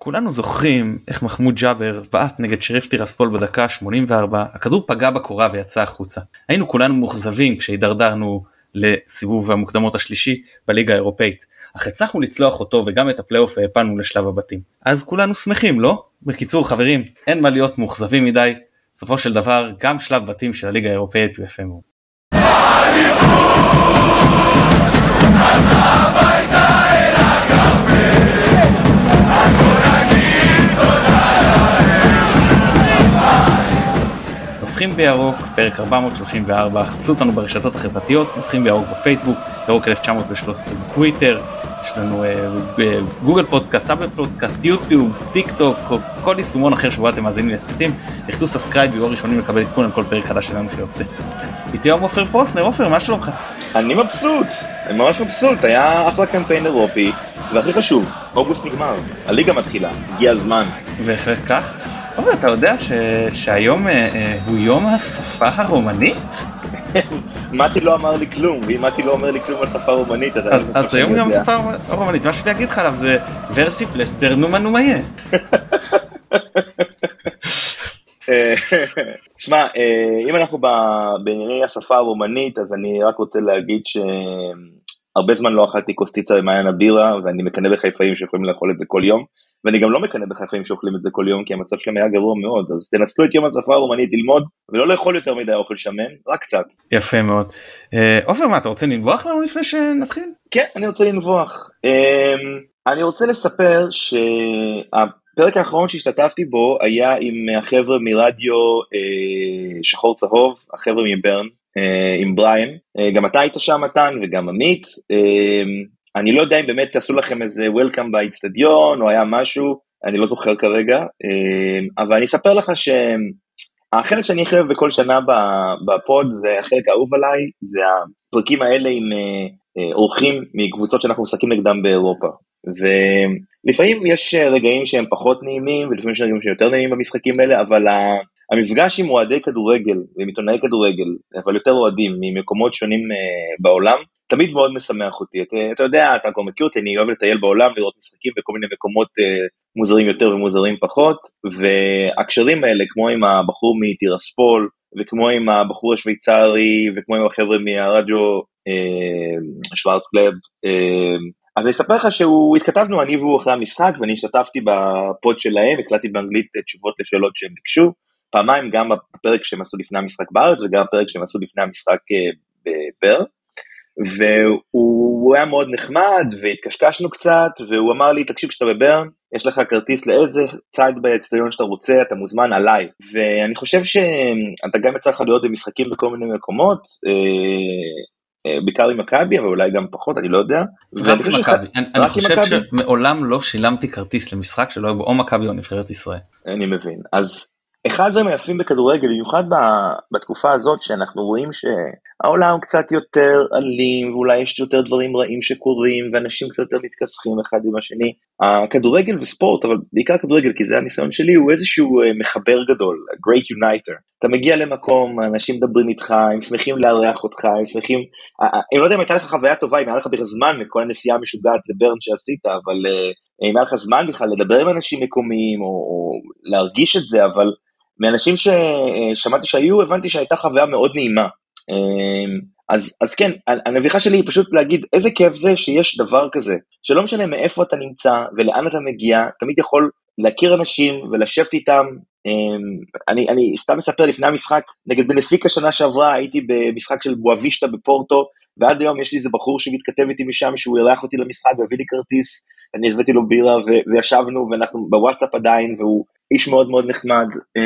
כולנו זוכרים איך מחמוד ג'אבר בעט נגד שריף טירספול בדקה 84, הכדור פגע בקורה ויצא החוצה. היינו כולנו מוחזבים כשהידרדרנו לסיבוב המוקדמות השלישי בליגה האירופאית, אך הצלחנו לצלוח אותו וגם את הפלייאוף והפלנו לשלב הבתים. אז כולנו שמחים, לא? בקיצור חברים, אין מה להיות מוחזבים מדי, בסופו של דבר גם שלב בתים של הליגה האירופאית ויפה מאוד. נופחים בירוק, פרק 434, חפשו אותנו ברשתות החברתיות, נופחים בירוק בפייסבוק, ירוק 1913 בטוויטר, יש לנו גוגל פודקאסט, אפל פודקאסט, יוטיוב, טיק טוק, או כל יישומון אחר שבו אתם מאזינים להסכתים, לחצו סאסקרייב ויהיו ראשונים לקבל עדכון על כל פרק חדש שלנו שיוצא. איתי היום עופר פרוסנר, עופר, מה שלומך? אני מבסוט, אני ממש מבסוט, היה אחלה קמפיין אירופי, והכי חשוב, אוגוסט נגמר, הליגה מתחילה, הגיע הזמן. בהחלט כך. אבל אתה יודע שהיום הוא יום השפה הרומנית? מתי לא אמר לי כלום, ואם מתי לא אומר לי כלום על שפה רומנית, אז היום יום השפה הרומנית, מה שאני אגיד לך עליו זה ורסי פלסטר נומה נומיה. שמע, אם אנחנו בענייני השפה הרומנית, אז אני רק רוצה להגיד שהרבה זמן לא אכלתי קוסטיצה במעיין הבירה, ואני מקנא בחיפאים שיכולים לאכול את זה כל יום, ואני גם לא מקנא בחיפאים שאוכלים את זה כל יום, כי המצב שלהם היה גרוע מאוד, אז תנצלו את יום השפה הרומנית ללמוד, ולא לאכול יותר מדי אוכל שמן, רק קצת. יפה מאוד. עופר, מה, אתה רוצה לנבוח לנו לפני שנתחיל? כן, אני רוצה לנבוח. אני רוצה לספר הפרק האחרון שהשתתפתי בו היה עם החבר'ה מרדיו שחור צהוב, החבר'ה מברן, עם בריין, גם אתה היית שם מתן וגם עמית, אני לא יודע אם באמת תעשו לכם איזה וולקאם באצטדיון או היה משהו, אני לא זוכר כרגע, אבל אני אספר לך שהחלק שאני חייב בכל שנה בפוד זה החלק האהוב עליי, זה הפרקים האלה עם אורחים מקבוצות שאנחנו משחקים נגדם באירופה, ולפעמים יש רגעים שהם פחות נעימים, ולפעמים יש רגעים שהם יותר נעימים במשחקים האלה, אבל המפגש עם אוהדי כדורגל, ועם עיתונאי כדורגל, אבל יותר אוהדים ממקומות שונים בעולם, תמיד מאוד משמח אותי. אתה יודע, אתה כבר מכיר אותי, אני אוהב לטייל בעולם, לראות משחקים בכל מיני מקומות מוזרים יותר ומוזרים פחות, והקשרים האלה, כמו עם הבחור מטירספול, וכמו עם הבחור השוויצרי, וכמו עם החבר'ה מהרדיו שוורצקלב, אז אני אספר לך שהוא התכתבנו, אני והוא אחרי המשחק, ואני השתתפתי בפוד שלהם, הקלטתי באנגלית תשובות לשאלות שהם ביקשו, פעמיים גם בפרק שהם עשו לפני המשחק בארץ, וגם בפרק שהם עשו לפני המשחק בברן, והוא היה מאוד נחמד, והתקשקשנו קצת, והוא אמר לי, תקשיב, כשאתה בברן, יש לך כרטיס לאיזה צד באצטדיון שאתה רוצה, אתה מוזמן עליי, ואני חושב שאתה גם יצא לך להיות במשחקים בכל מיני מקומות, בעיקר עם מכבי, אבל אולי גם פחות, אני לא יודע. רק עם מכבי, אני חושב שמעולם לא שילמתי כרטיס למשחק שלא היה בו או מכבי או נבחרת ישראל. אני מבין, אז אחד הדברים היפים בכדורגל, במיוחד בתקופה הזאת שאנחנו רואים שהעולם קצת יותר אלים, ואולי יש יותר דברים רעים שקורים, ואנשים קצת יותר מתכסחים אחד עם השני. הכדורגל וספורט, אבל בעיקר כדורגל, כי זה הניסיון שלי, הוא איזשהו מחבר גדול, great uniter. אתה מגיע למקום, אנשים מדברים איתך, הם שמחים לארח אותך, הם שמחים, אני לא יודע אם הייתה לך חוויה טובה, אם היה לך בזמן מכל הנסיעה המשוגעת לברן שעשית, אבל אם היה לך זמן בכלל לדבר עם אנשים מקומיים, או להרגיש את זה, אבל מאנשים ששמעתי שהיו, הבנתי שהייתה חוויה מאוד נעימה. אז כן, הנביכה שלי היא פשוט להגיד, איזה כיף זה שיש דבר כזה, שלא משנה מאיפה אתה נמצא, ולאן אתה מגיע, תמיד יכול להכיר אנשים, ולשבת איתם. אני סתם מספר לפני המשחק, נגד בנפיקה שנה שעברה, הייתי במשחק של בואבישטה בפורטו, ועד היום יש לי איזה בחור שמתכתב איתי משם, שהוא ירח אותי למשחק, והביא לי כרטיס, אני הזבאתי לו בירה, וישבנו, ואנחנו בוואטסאפ עדיין, והוא איש מאוד מאוד נחמד,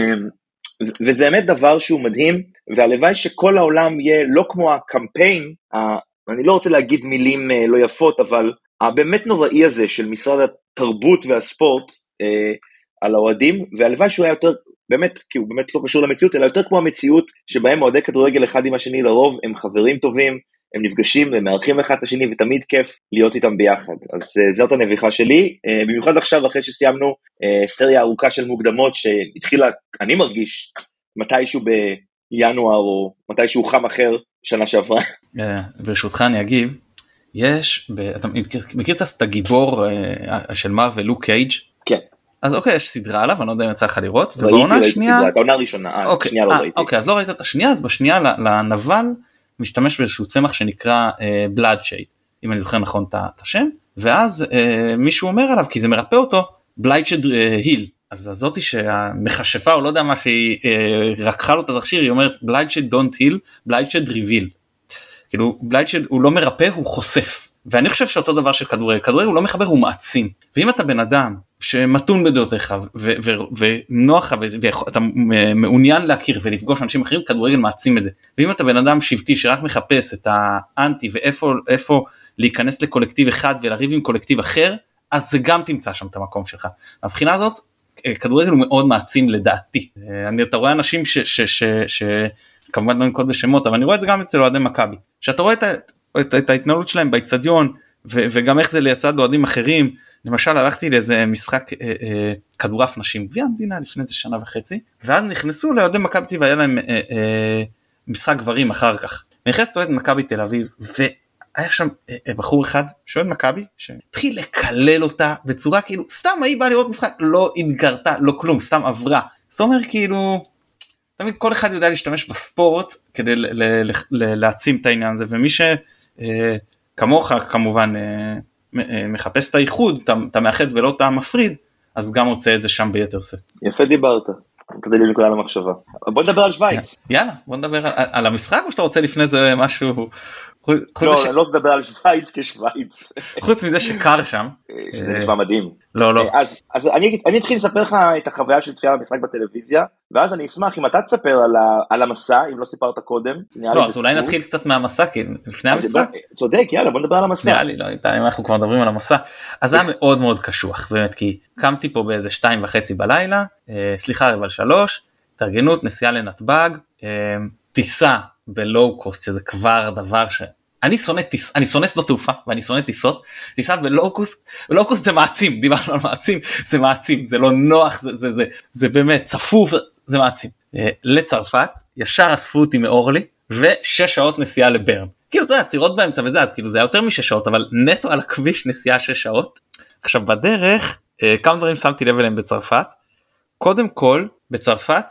וזה באמת דבר שהוא מדהים, והלוואי שכל העולם יהיה לא כמו הקמפיין, אני לא רוצה להגיד מילים לא יפות, אבל הבאמת נוראי הזה של משרד התרבות והספורט על האוהדים, והלוואי שהוא היה יותר, באמת, כי הוא באמת לא קשור למציאות, אלא יותר כמו המציאות שבהם אוהדי כדורגל אחד עם השני לרוב, הם חברים טובים, הם נפגשים, הם מארחים אחד את השני, ותמיד כיף להיות איתם ביחד. אז זאת הנביכה שלי, במיוחד עכשיו, אחרי שסיימנו סריה ארוכה של מוקדמות, שהתחילה, אני מרגיש, מתישהו בינואר, או מתישהו חם אחר, שנה שעברה. ברשותך אני אגיב, אתה מכיר את הגיבור של מרוול, לוק קייג'? כן. אז אוקיי, יש סדרה עליו, אני לא יודע אם יצא לך לראות, ובעונה השנייה, העונה הראשונה, השנייה לא ראיתי. אוקיי, אז לא ראית את השנייה, אז בשנייה לנבל משתמש באיזשהו צמח שנקרא בלאדשייד, אם אני זוכר נכון את השם, ואז מישהו אומר עליו, כי זה מרפא אותו, בלייצ'ד היל, אז הזאתי שהמכשפה, או לא יודע מה, שהיא רקחה לו את התכשיר, היא אומרת, בלייצ'ד don't heal, בלייצ'ד reveal, כאילו בלייצ'ד הוא לא מרפא, הוא חושף, ואני חושב שאותו דבר של כדורגל, כדורגל הוא לא מחבר, הוא מעצים, ואם אתה בן אדם שמתון בדעותיך ונוח ואתה מעוניין להכיר ולפגוש אנשים אחרים, כדורגל מעצים את זה. ואם אתה בן אדם שבטי שרק מחפש את האנטי ואיפה להיכנס לקולקטיב אחד ולריב עם קולקטיב אחר, אז זה גם תמצא שם את המקום שלך. מבחינה הזאת, כדורגל הוא מאוד מעצים לדעתי. אתה רואה אנשים כמובן לא נקוד בשמות, אבל אני רואה את זה גם אצל אוהדי מכבי. שאתה רואה את ההתנהלות שלהם באצטדיון, וגם איך זה ליצד אוהדים אחרים. למשל הלכתי לאיזה משחק כדורעף נשים, גביע המדינה לפני איזה שנה וחצי, ואז נכנסו לאוהדי מכבי תל אביב, והיה להם משחק גברים אחר כך. נכנסת אוהד מכבי תל אביב, והיה שם בחור אחד שאוהד מכבי, שהתחיל לקלל אותה בצורה כאילו, סתם היא באה לראות משחק, לא התגרתה, לא כלום, סתם עברה. זאת אומרת כאילו, תמיד כל אחד יודע להשתמש בספורט, כדי להעצים את העניין הזה, ומי שכמוך כמובן, מחפש את האיחוד, אתה מאחד ולא אתה מפריד, אז גם רוצה את זה שם ביתר סט. יפה דיברת, כדי לי נקודה למחשבה. בוא נדבר על שוויץ. יאללה, בוא נדבר על המשחק, או שאתה רוצה לפני זה משהו? לא, אני לא מדבר על שוויץ כשוויץ. חוץ מזה שקר שם. שזה נשמע מדהים. לא, לא. אז אני אתחיל לספר לך את החוויה של צפייה במשחק בטלוויזיה, ואז אני אשמח אם אתה תספר על המסע, אם לא סיפרת קודם. לא, אז אולי נתחיל קצת מהמסע, כי לפני המשחק. צודק, יאללה, בוא נדבר על המסע. נראה לי, לא, אם אנחנו כבר מדברים על המסע. אז זה היה מאוד מאוד קשוח, באמת, כי קמתי פה באיזה 2:30 בלילה, סליחה, 2:45, התארגנות, נסיעה לנתב"ג, טיסה בלואו קוסט, שזה כבר דבר אני שונא שדות תעופה, ואני שונא טיסות, טיסה בלואו קוסט זה מעצים, דיברנו על מעצים, זה מעצים, זה לא נוח, זה באמת צפוף, זה מעצים. לצרפת, ישר אספו אותי מאורלי, ו6 שעות נסיעה לברן. כאילו, אתה יודע, צירות באמצע וזה, אז כאילו זה היה יותר מ6 שעות, אבל נטו על הכביש נסיעה 6 שעות. עכשיו בדרך, כמה דברים שמתי לב אליהם בצרפת, קודם כל, בצרפת,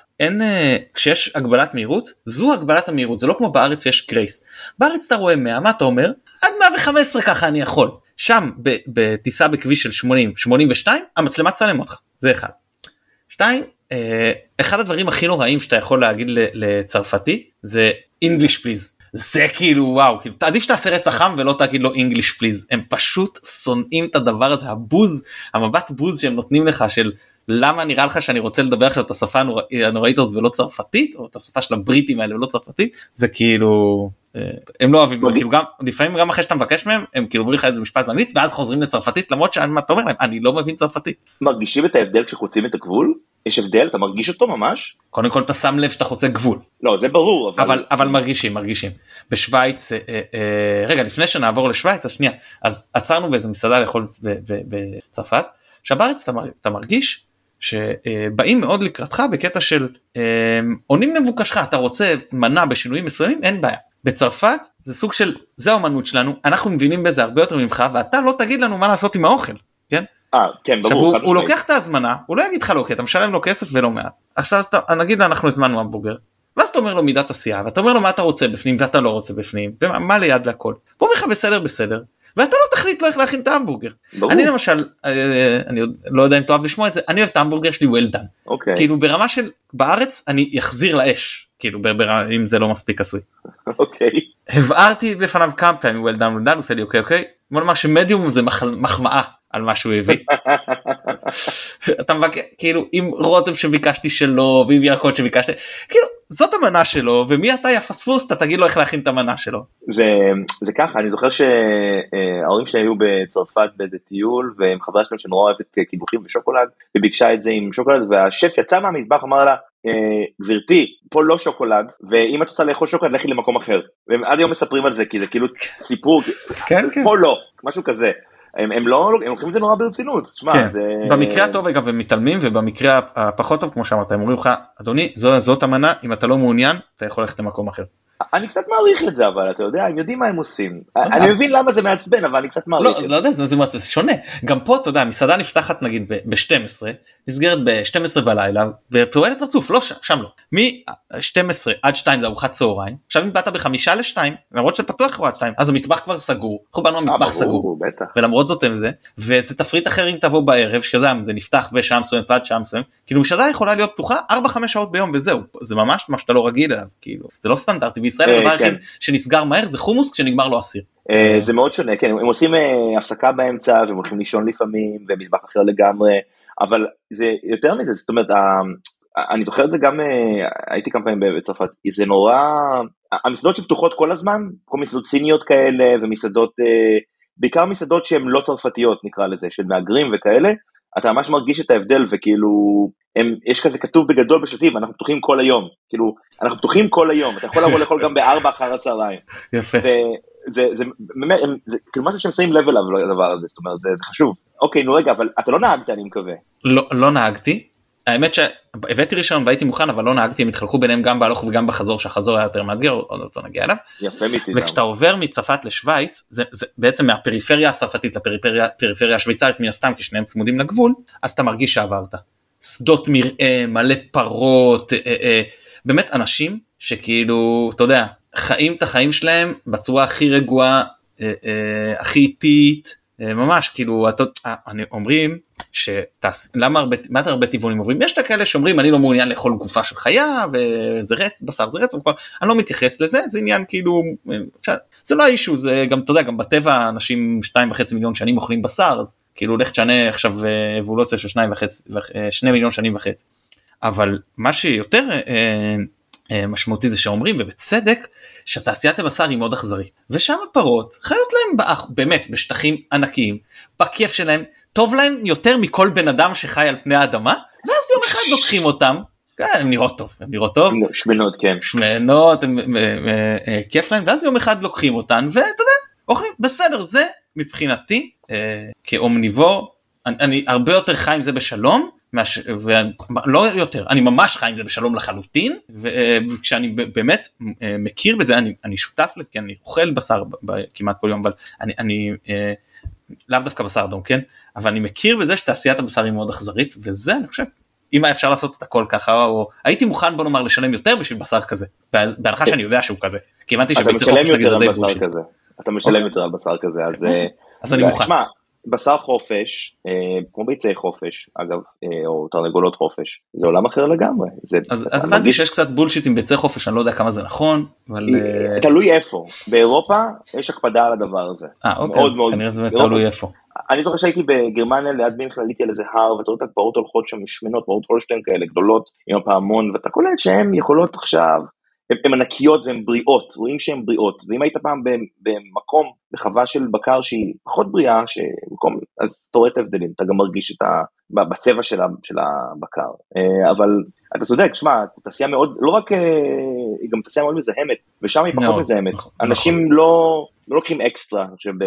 כשיש הגבלת מהירות, זו הגבלת המהירות, זה לא כמו בארץ יש גרייס. בארץ אתה רואה 100, מה אתה אומר? עד 115 ככה אני יכול. שם, בטיסה בכביש של 80, 82, המצלמה צלם אותך, זה אחד. 2, אחד הדברים הכי נוראים שאתה יכול להגיד לצרפתי, זה English please. זה כאילו וואו, כאילו, עדיף שתעשה רצח עם ולא תגיד לו English please. הם פשוט שונאים את הדבר הזה, הבוז, המבט בוז שהם נותנים לך של למה נראה לך שאני רוצה לדבר עכשיו את השפה הנוראית הזאת ולא צרפתית, או את השפה של הבריטים האלה ולא צרפתית, זה כאילו, הם לא אוהבים, כאילו גם, לפעמים גם אחרי שאתה מבקש מהם, הם כאילו אומרים לך איזה משפט באנגלית, ואז חוזרים לצרפתית, למרות שאתה אומר להם, אני לא מבין צרפתית. מרגישים את ההבדל כשחוצים את הגבול? יש הבדל? אתה מרגיש אותו ממש? קודם כל אתה שם לב שאתה חוצה גבול. לא, זה ברור. אבל מרגישים. בשוויץ, רגע, לפני שנעבור לשוויץ, השנייה, אז עצרנו באיזה מסעדה לאכול בצרפת, שבארץ אתה מרגיש שבאים מאוד לקראתך בקטע של עונים למבוקשך, אתה רוצה מנה בשינויים מסוימים, אין בעיה. בצרפת זה סוג של, זה האמנות שלנו, אנחנו מבינים בזה הרבה יותר ממך, ואתה לא תגיד לנו מה לעשות עם האוכל, כן? כן, ברור. הוא לוקח את ההזמנה, הוא לא יגיד לך לא, כי אתה משלם לו כסף ולא מעט. עכשיו נגיד אנחנו הזמנו המבורגר, ואז אתה אומר לו מידת עשייה, ואתה אומר לו מה אתה רוצה בפנים ואתה לא רוצה בפנים, ומה ליד והכל. הוא אומר לך בסדר, ואתה לא תחליט לו איך להכין את ההמבורגר. אני למשל, אני לא יודע אם תאהב לשמוע את זה, אני אוהב את ההמבורגר שלי well done. כאילו ברמה של בארץ אני אחזיר לאש, כאילו אם זה לא מספיק עשוי. הבארתי בפניו כמה פעמים well done, הוא עושה לי אוקיי, בוא נאמר שמדיום זה מחמאה על מה שהוא הביא. אתה מבקר, כאילו עם רותם שביקשתי שלו, ועם ירקות שביקשתי, כאילו זאת המנה שלו, ומי אתה יפספוס, אתה תגיד לו איך להכין את המנה שלו. זה ככה, אני זוכר שההורים שלי היו בצרפת באיזה טיול, והם חברה שלהם שנורא אוהבת קידוחים ושוקולד, וביקשה את זה עם שוקולד, והשף יצא מהמטבח, אמר לה, גבירתי, פה לא שוקולד, ואם את רוצה לאכול שוקולד, לכי למקום אחר. והם עד היום מספרים על זה, כי זה כאילו סיפור, פה לא, משהו כזה. הם לוקחים את זה נורא ברצינות. במקרה הטוב אגב הם מתעלמים, ובמקרה הפחות טוב כמו שאמרת, הם אומרים לך, אדוני, זאת המנה, אם אתה לא מעוניין, אתה יכול ללכת למקום אחר. אני קצת מעריך את זה, אבל אתה יודע, הם יודעים מה הם עושים. אני מבין למה זה מעצבן, אבל אני קצת מעריך את זה. לא יודע, זה מעצבן, זה שונה. גם פה, אתה יודע, מסעדה נפתחת נגיד ב-12, נסגרת ב-12 בלילה, ופועלת רצוף, לא, שם לא. מ-12 עד 2 זה ארוחת צהריים, עכשיו אם באת ב5 ל-2, למרות שזה פתוח אחורה 2, אז המטבח כבר סגור, אנחנו באנו המטבח סגור, ולמרות זאת הם זה, וזה תפריט אחר אם תבוא בערב, שזה זה נפתח בשעה מסוימת ועד שעה מסוימת, כאילו מסעדה יכולה להיות פתוחה 4-5 שעות ביום וזהו, זה ממש מה שאתה לא רגיל אליו, כאילו, זה לא סטנדרטי, בישראל הדבר היחיד שנסגר מהר זה חומוס כשנגמר לו אסיר. זה מאוד שונה, כן, הם עושים הפסקה באמצע, והם הולכים לישון לפעמים, ומטבח אחר לגמרי, אבל זה יותר מזה, זאת אומרת, אני זוכר את זה גם, הייתי כמה פעמים בצרפת, זה נורא, המסעדות שפתוחות כל הזמן, כל מסעדות סיניות כאלה, ומסעדות, בעיקר מסעדות שהן לא צרפתיות נקרא לזה, של מהגרים וכאלה, אתה ממש מרגיש את ההבדל, וכאילו, יש כזה כתוב בגדול בשלטים, אנחנו פתוחים כל היום, כאילו, אנחנו פתוחים כל היום, אתה יכול לבוא לאכול גם ב4 אחר הצהריים. יפה. זה כאילו משהו שהם שמים לב אליו לדבר הזה, זאת אומרת, זה חשוב. אוקיי, נו רגע, אבל אתה לא נהגת, אני מקווה. לא נהגתי, האמת שהבאתי רישיון והייתי מוכן, אבל לא נהגתי, הם התחלקו ביניהם גם בהלוך וגם בחזור, שהחזור היה יותר מאתגר, עוד אותו נגיע אליו. יפה מצידם. וכשאתה עובר מצרפת לשוויץ, זה בעצם מהפריפריה הצרפתית לפריפריה השוויצרית מן הסתם, כי שניהם צמודים לגבול, אז אתה מרגיש שעברת. שדות מרעה, מלא פרות, באמת אנשים שכאילו, אתה יודע, חיים את החיים שלהם בצורה הכי רגועה, הכי איטית, ממש, כאילו, אומרים, למה הרבה טבעונים אומרים, יש את כאלה שאומרים, אני לא מעוניין לאכול גופה של חיה, וזה רץ, בשר זה רץ, אני לא מתייחס לזה, זה עניין כאילו, זה לא האישו, זה גם, אתה יודע, גם בטבע, אנשים 2.5 מיליון שנים אוכלים בשר, אז כאילו, לך תשנה עכשיו אבולוציה של 2 מיליון שנים וחצי, אבל מה שיותר משמעותי זה שאומרים, ובצדק, שתעשיית הבשר היא מאוד אכזרית, ושם הפרות חיות להם באמת בשטחים ענקיים, בכיף שלהם, טוב להם יותר מכל בן אדם שחי על פני האדמה, ואז יום אחד לוקחים אותם, הם נראות טוב, שמנות, כן. שמנות, כיף להם, ואז יום אחד לוקחים אותן, ואתה יודע, אוכלים, בסדר, זה מבחינתי, כאומניבור, אני הרבה יותר חי עם זה בשלום, ולא יותר, אני ממש חי עם זה בשלום לחלוטין, וכשאני באמת מכיר בזה, אני שותף לזה, כי אני אוכל בשר כמעט כל יום, אבל אני לאו דווקא בשר אדום, כן? אבל אני מכיר בזה שתעשיית הבשר היא מאוד אכזרית, וזה אני חושב, אם היה אפשר לעשות את הכל ככה, או הייתי מוכן בוא נאמר לשלם יותר בשביל בשר כזה, בהנחה שאני יודע שהוא כזה, כי הבנתי שביצי חופש נגיד זה די בושיט. אתה משלם יותר על בשר כזה, אז אני מוכן. בשר חופש, כמו ביצי חופש, אגב, או תרנגולות חופש, זה עולם אחר לגמרי. אז הבנתי שיש קצת בולשיט עם ביצי חופש, אני לא יודע כמה זה נכון, אבל... תלוי איפה. באירופה יש הקפדה על הדבר הזה. אוקיי, אז כנראה זה תלוי איפה. אני זוכר שהייתי בגרמניה, ליד מינכן, עליתי על איזה הר, ואתה רואה את הפרות הולכות שם משמנות, פרות הולשטיין כאלה גדולות, עם הפעמון, ואתה קולט שהן יכולות עכשיו, הן ענקיות והן בריאות, רואים שהן בריאות, ואם היית פעם במקום, בחווה של בקר שהיא פחות בריאה, אז אתה רואה את ההבדלים, אתה גם מרגיש בצבע של הבקר, אבל אתה צודק, שמע, תעשייה מאוד, לא רק, היא גם תעשייה מאוד מזהמת, ושם היא פחות מזהמת, אנשים לא לוקחים אקסטרה,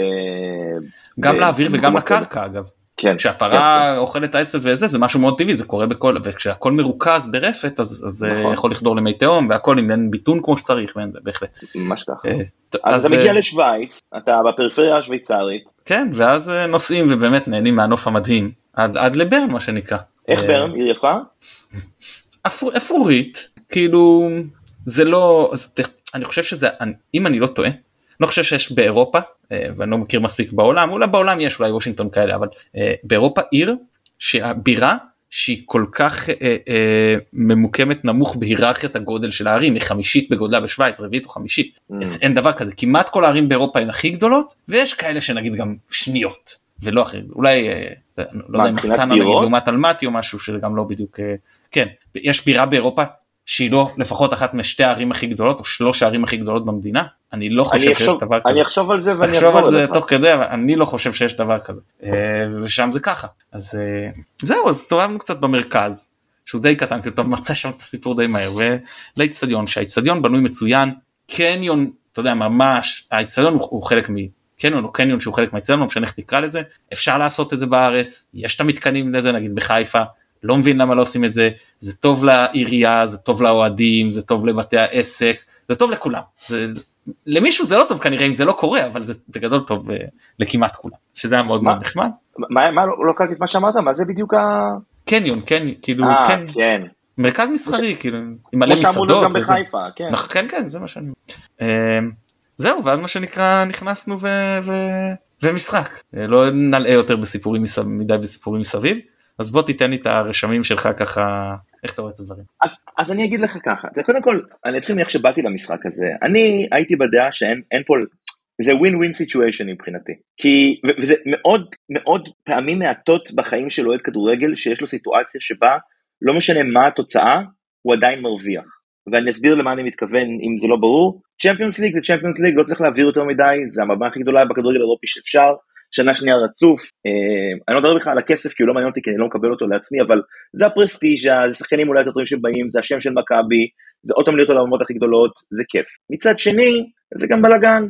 גם לאוויר וגם לקרקע אגב. כשהפרה אוכלת העשב וזה, זה משהו מאוד טבעי, זה קורה בכל, וכשהכל מרוכז ברפת, אז זה יכול לחדור למי תהום, והכל עם אין ביטון כמו שצריך, בהחלט. ממש ככה. אז אתה מגיע לשוויץ, אתה בפריפריה השוויצרית. כן, ואז נוסעים ובאמת נהנים מהנוף המדהים, עד לברן מה שנקרא. איך ברן? עיר יפה? אפרורית, כאילו, זה לא, אני חושב שזה, אם אני לא טועה, לא חושב שיש באירופה, ואני לא מכיר מספיק בעולם, אולי בעולם יש אולי וושינגטון כאלה, אבל באירופה עיר שהבירה שהיא כל כך ממוקמת נמוך בהיררכיית הגודל של הערים, היא חמישית בגודלה בשוויץ, רביעית או חמישית, אין דבר כזה, כמעט כל הערים באירופה הן הכי גדולות, ויש כאלה שנגיד גם שניות, ולא אחרים, אולי, לא יודע אם אסטנה נגיד לעומת אלמטי או משהו, שזה גם לא בדיוק, כן, יש בירה באירופה, שהיא לא לפחות אחת משתי הערים הכי גדולות, או 3 הערים הכי גדולות במדינה, אני לא חושב שיש דבר כזה. אני אחשוב על זה ואני אחזור תחשוב על זה תוך כדי, אבל אני לא חושב שיש דבר כזה. ושם זה ככה. אז זהו, אז תובענו קצת במרכז, שהוא די קטן, כי אתה מצא שם את הסיפור די מהר, ולאצטדיון, שהאצטדיון בנוי מצוין, קניון, אתה יודע, ממש, האצטדיון הוא חלק קניון או קניון שהוא חלק מהאצטדיון, לא משנה איך נקרא לזה, אפשר לעשות את זה בארץ, יש את המתקנים לזה, נגיד בחיפה, לא מבין למה לא עושים את זה, זה טוב לעירייה, זה טוב לאוהדים, זה טוב לבתי העסק, זה טוב לכולם, למישהו זה לא טוב כנראה אם זה לא קורה, אבל זה בגדול טוב לכמעט כולם, שזה היה מאוד מאוד נחמד. מה לא קראתי את מה שאמרת? מה זה בדיוק קניון, כאילו, כן. מרכז מסחרי, כאילו, עם מלא מסעדות. כמו שאמרו גם בחיפה, כן. כן, זה מה שאני זהו, ואז מה שנקרא, נכנסנו ומשחק. לא נלאה יותר מדי בסיפורים מסביב, אז בוא תיתן לי את הרשמים שלך ככה, איך אתה רואה את הדברים? אז אני אגיד לך ככה, קודם כל, אני אתחיל מאיך שבאתי למשחק הזה, אני הייתי בדעה שאין פה, זה win-win situation מבחינתי, וזה מאוד מאוד פעמים מעטות בחיים של אוהד כדורגל, שיש לו סיטואציה שבה, לא משנה מה התוצאה, הוא עדיין מרוויח, ואני אסביר למה אני מתכוון, אם זה לא ברור, צ'מפיונס ליג זה צ'מפיונס ליג, לא צריך להעביר יותר מדי, זה המבמה הכי גדולה בכדורגל האירופי שאפשר, שנה שנייה רצוף, אני לא מדבר בכלל על הכסף, כי הוא לא מעניין אותי, כי אני לא מקבל אותו לעצמי, אבל זה הפרסטיג'ה, זה שחקנים אולי יותר טובים שבאים, זה השם של מכבי, זה עוד פעם להיות על הממות הכי גדולות, זה כיף. מצד שני, זה גם בלגן,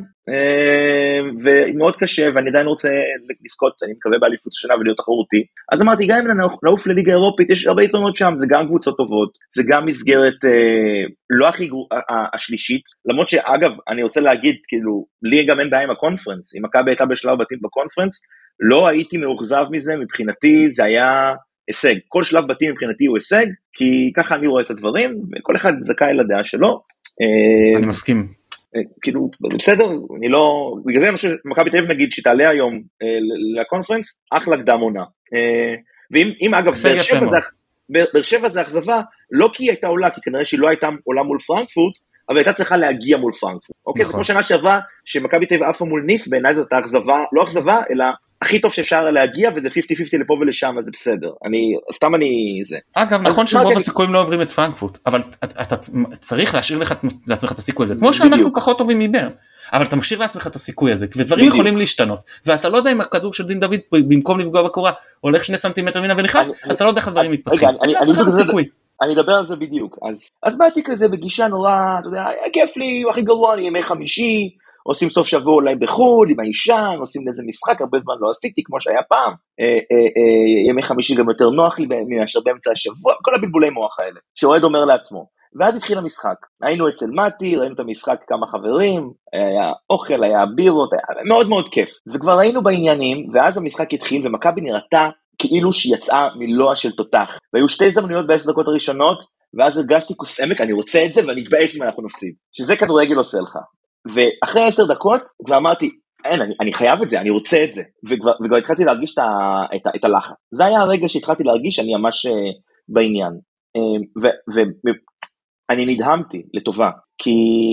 ומאוד קשה, ואני עדיין רוצה לזכות, אני מקווה באליפות השנה ולהיות תחרותי, אז אמרתי, גם אם נעוף לליגה האירופית, יש הרבה יתרונות שם, זה גם קבוצות טובות, זה גם מסגרת לא הכי השלישית, למרות שאגב, אני רוצה להגיד, כאילו, לי גם אין בעיה עם הקונפרנס, אם מכבי הייתה בשלב בתים בקונפרנס, לא הייתי מאוכזב מזה, מבחינתי זה היה הישג, כל שלב בתים מבחינתי הוא הישג, כי ככה אני רואה את הדברים, וכל אחד זכאי לדעה שלו. אני מסכים. כאילו, בסדר, אני לא, בגלל זה מכבי תל אביב נגיד שתעלה היום לקונפרנס, אחלה קדם עונה. ואם אגב, באר שבע זה אכזבה, לא כי היא הייתה עולה, כי כנראה שהיא לא הייתה עולה מול פרנקפורט, אבל הייתה צריכה להגיע מול פרנקפורט. אוקיי, זה כמו שנה שעברה, שמכבי תל אביב עפה מול ניס, בעיניי זאת אכזבה, לא אכזבה, אלא הכי טוב שאפשר להגיע, וזה 50-50 לפה ולשם, אז זה בסדר. סתם אני זה. אגב, נכון שרוב הסיכויים לא עוברים את פרנקפורט, אבל אתה צריך להשאיר לעצמך את הסיכוי הזה, כמו שאנחנו פחות טובים מברן, אבל אתה משאיר לעצמך את הסיכוי הזה, ודברים יכולים להשתנות, ואתה לא יודע אם הכדור של דין דוד, במקום לפגוע בקורה, הולך 2 סנטימטר מינה ונכנס, אז אתה לא יודע איך הדברים מתפתחים. אני אדבר על זה בדיוק, אז באתי כזה בגישה נורא, אתה יודע, כיף לי, הכי גרוע, אני ימי חמישי, עושים סוף שבוע אולי בחול, עם האישה, עושים איזה משחק, הרבה זמן לא עשיתי, כמו שהיה פעם, ימי חמישי גם יותר נוח לי, מאשר באמצע השבוע, כל הבלבולי מוח האלה, שאוהד אומר לעצמו, ואז התחיל המשחק, היינו אצל מתי, ראינו את המשחק כמה חברים, היה אוכל, היה בירות, היה מאוד מאוד כיף, וכבר היינו בעניינים, ואז המשחק התחיל, ומכבי נראתה כאילו שיצאה מלוע של תותח, והיו 2 הזדמנויות ב10 דקות הראשונות, ואז הרגשתי כוס עמק, אני רוצה את זה, ואני אתבאס מה אנחנו נפסיד, שזה כדורגל עושה לך. ואחרי 10 דקות, כבר אמרתי, אין, אני חייב את זה, אני רוצה את זה, וכבר התחלתי להרגיש את הלחץ. זה היה הרגע שהתחלתי להרגיש שאני ממש בעניין. ואני נדהמתי לטובה, כי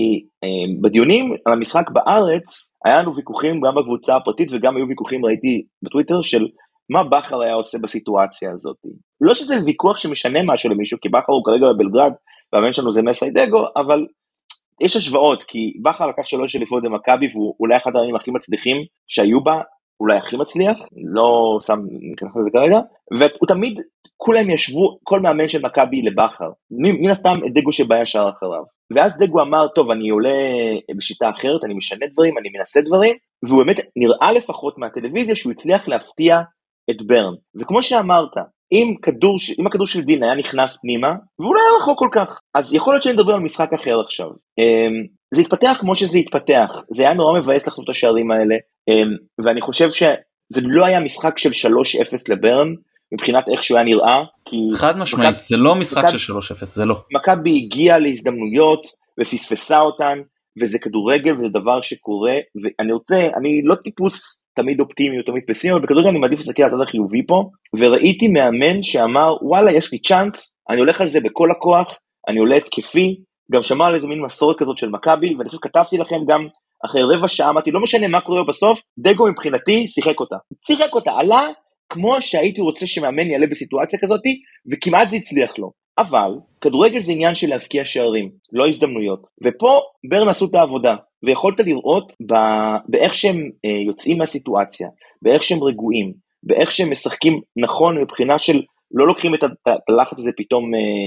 בדיונים על המשחק בארץ, היה לנו ויכוחים גם בקבוצה הפרטית, וגם היו ויכוחים, ראיתי בטוויטר, של מה בכר היה עושה בסיטואציה הזאת. לא שזה ויכוח שמשנה משהו למישהו, כי בכר הוא כרגע בבלגרד, והבן שלנו זה מסיידגו, אבל יש השוואות, כי בכר לקח 3 אליפויות במכבי, והוא אולי אחד הדברים הכי מצליחים שהיו בה, אולי הכי מצליח, לא שם נכנס לזה כרגע, והוא תמיד, כולם ישבו, כל מאמן של מכבי לבכר, מן הסתם דגו שבא ישר אחריו, ואז דגו אמר, טוב, אני עולה בשיטה אחרת, אני משנה דברים, אני מנסה דברים, והוא באמת נראה לפחות מהטלוויזיה, שהוא הצליח להפתיע את ברן, וכמו שאמרת, אם הכדור של דין היה נכנס פנימה, והוא לא היה רחוק כל כך, אז יכול להיות שנדבר על משחק אחר עכשיו. זה התפתח כמו שזה התפתח, זה היה נורא מבאס לחטוף את השערים האלה, ואני חושב שזה לא היה משחק של 3-0 לברן, מבחינת איך שהוא היה נראה, כי חד משמעית, זה לא משחק של 3-0, זה לא. מכבי הגיעה להזדמנויות, ופספסה אותן, וזה כדורגל, וזה דבר שקורה, אני לא טיפוס תמיד אופטימי או תמיד פסימי, אבל בכדורגל אני מעדיף לסתכל על הצד החיובי פה, וראיתי מאמן שאמר, וואלה, יש לי צ'אנס, אני הולך על זה בכל הכוח, אני עולה התקפי, גם שמע על איזה מין מסורת כזאת של מכבי, ואני חושב שכתבתי לכם גם אחרי רבע שעה, אמרתי, לא משנה מה קורה בסוף, דגו מבחינתי שיחק אותה, עלה כמו שהייתי רוצה שמאמן יעלה בסיטואציה כזאת, וכמעט זה הצליח לו. אבל כדורגל זה עניין של להפקיע שערים, לא הזדמנויות. ופה ברן עשו את העבודה, ויכולת לראות באיך שהם יוצאים מהסיטואציה, באיך שהם רגועים, באיך שהם משחקים נכון מבחינה של לא לוקחים את הלחץ הזה פתאום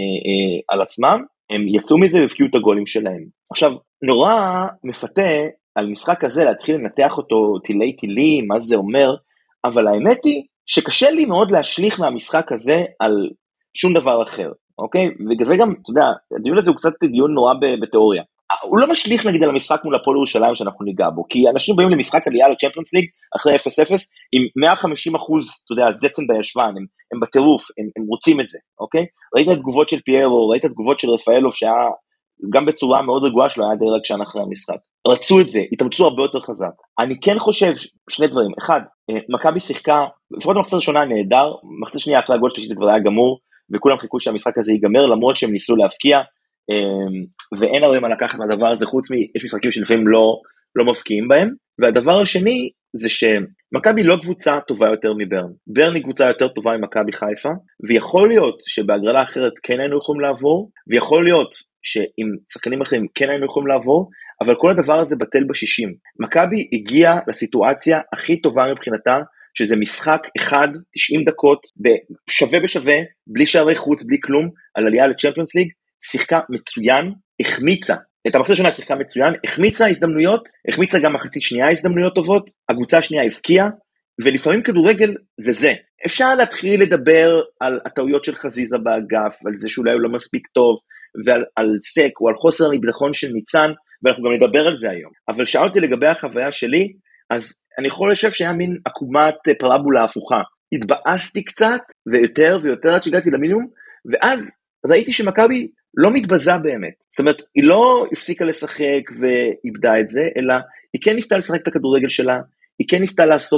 על עצמם, הם יצאו מזה והפקיעו את הגולים שלהם. עכשיו, נורא מפתה על משחק הזה להתחיל לנתח אותו תילי, מה זה אומר, אבל האמת היא שקשה לי מאוד להשליך מהמשחק הזה על שום דבר אחר. אוקיי? ובגלל זה גם, אתה יודע, הדיון הזה הוא קצת דיון נורא בתיאוריה. הוא לא משליך נגיד על המשחק מול הפועל ירושלים שאנחנו ניגע בו, כי אנשים באים למשחק עלייה לצ'מפיונס ליג אחרי 0-0 עם 150%, אתה יודע, זצן בישבן, הם בטירוף, הם רוצים את זה, אוקיי? ראית את תגובות של פיירו, ראית את תגובות של רפאלוב שהיה גם בצורה מאוד רגועה שלו, היה די רגשן אחרי המשחק. רצו את זה, התאמצו הרבה יותר חזק. אני כן חושב שני דברים, אחד, מכבי שיחקה, לפחות במחצית הראשונה נהדר, במחצית השנייה אחרי הגול שלישי זה כבר היה גמור, וכולם חיכו שהמשחק הזה ייגמר, למרות שהם ניסו להפקיע, ואין הרבה מה לקחת מהדבר הזה, חוץ יש משחקים שלפעמים לא מפקיעים בהם, והדבר השני זה שמכבי לא קבוצה טובה יותר מברן, ברן היא קבוצה יותר טובה ממכבי חיפה, ויכול להיות שבהגרלה אחרת כן היינו יכולים לעבור, ויכול להיות שעם שחקנים אחרים כן היינו יכולים לעבור, אבל כל הדבר הזה בטל ב-60. מכבי הגיעה לסיטואציה הכי טובה מבחינתה, שזה משחק אחד, 90 דקות, שווה בשווה, בלי שערי חוץ, בלי כלום, על עלייה לצ'מפיונס ליג, שיחקה מצוין, החמיצה, את המחצית השנייה שיחקה מצוין, החמיצה הזדמנויות, החמיצה גם מחצית שנייה הזדמנויות טובות, הקבוצה השנייה הפקיעה, ולפעמים כדורגל זה. אפשר להתחיל לדבר על הטעויות של חזיזה באגף, על זה שאולי הוא לא מספיק טוב, ועל סק, או על חוסר הביטחון של ניצן, ואנחנו גם נדבר על זה היום. אבל שאלתי לגבי החוויה שלי, אז אני יכול לשב שהיה מין עקומת פרבולה הפוכה. התבאסתי קצת, ויותר ויותר עד שהגעתי למינימום, ואז ראיתי שמכבי לא מתבזה באמת. זאת אומרת, היא לא הפסיקה לשחק ואיבדה את זה, אלא היא כן ניסתה לשחק את הכדורגל שלה, היא כן ניסתה לעשות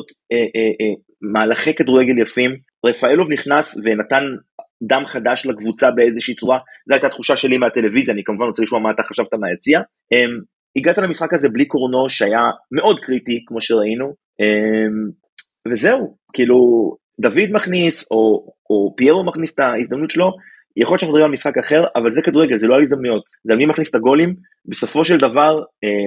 מהלכי כדורגל יפים. רפאלוב נכנס ונתן דם חדש לקבוצה באיזושהי צורה, זו הייתה תחושה שלי מהטלוויזיה, אני כמובן רוצה לשמוע מה אתה חשבת מהיציאה. הגעת למשחק הזה בלי קורנו שהיה מאוד קריטי, כמו שראינו, וזהו, כאילו דוד מכניס, או פיירו מכניס את ההזדמנות שלו, יכול להיות שאנחנו מדברים על משחק אחר, אבל זה כדורגל, זה לא על הזדמנויות, זה על מי מכניס את הגולים, בסופו של דבר,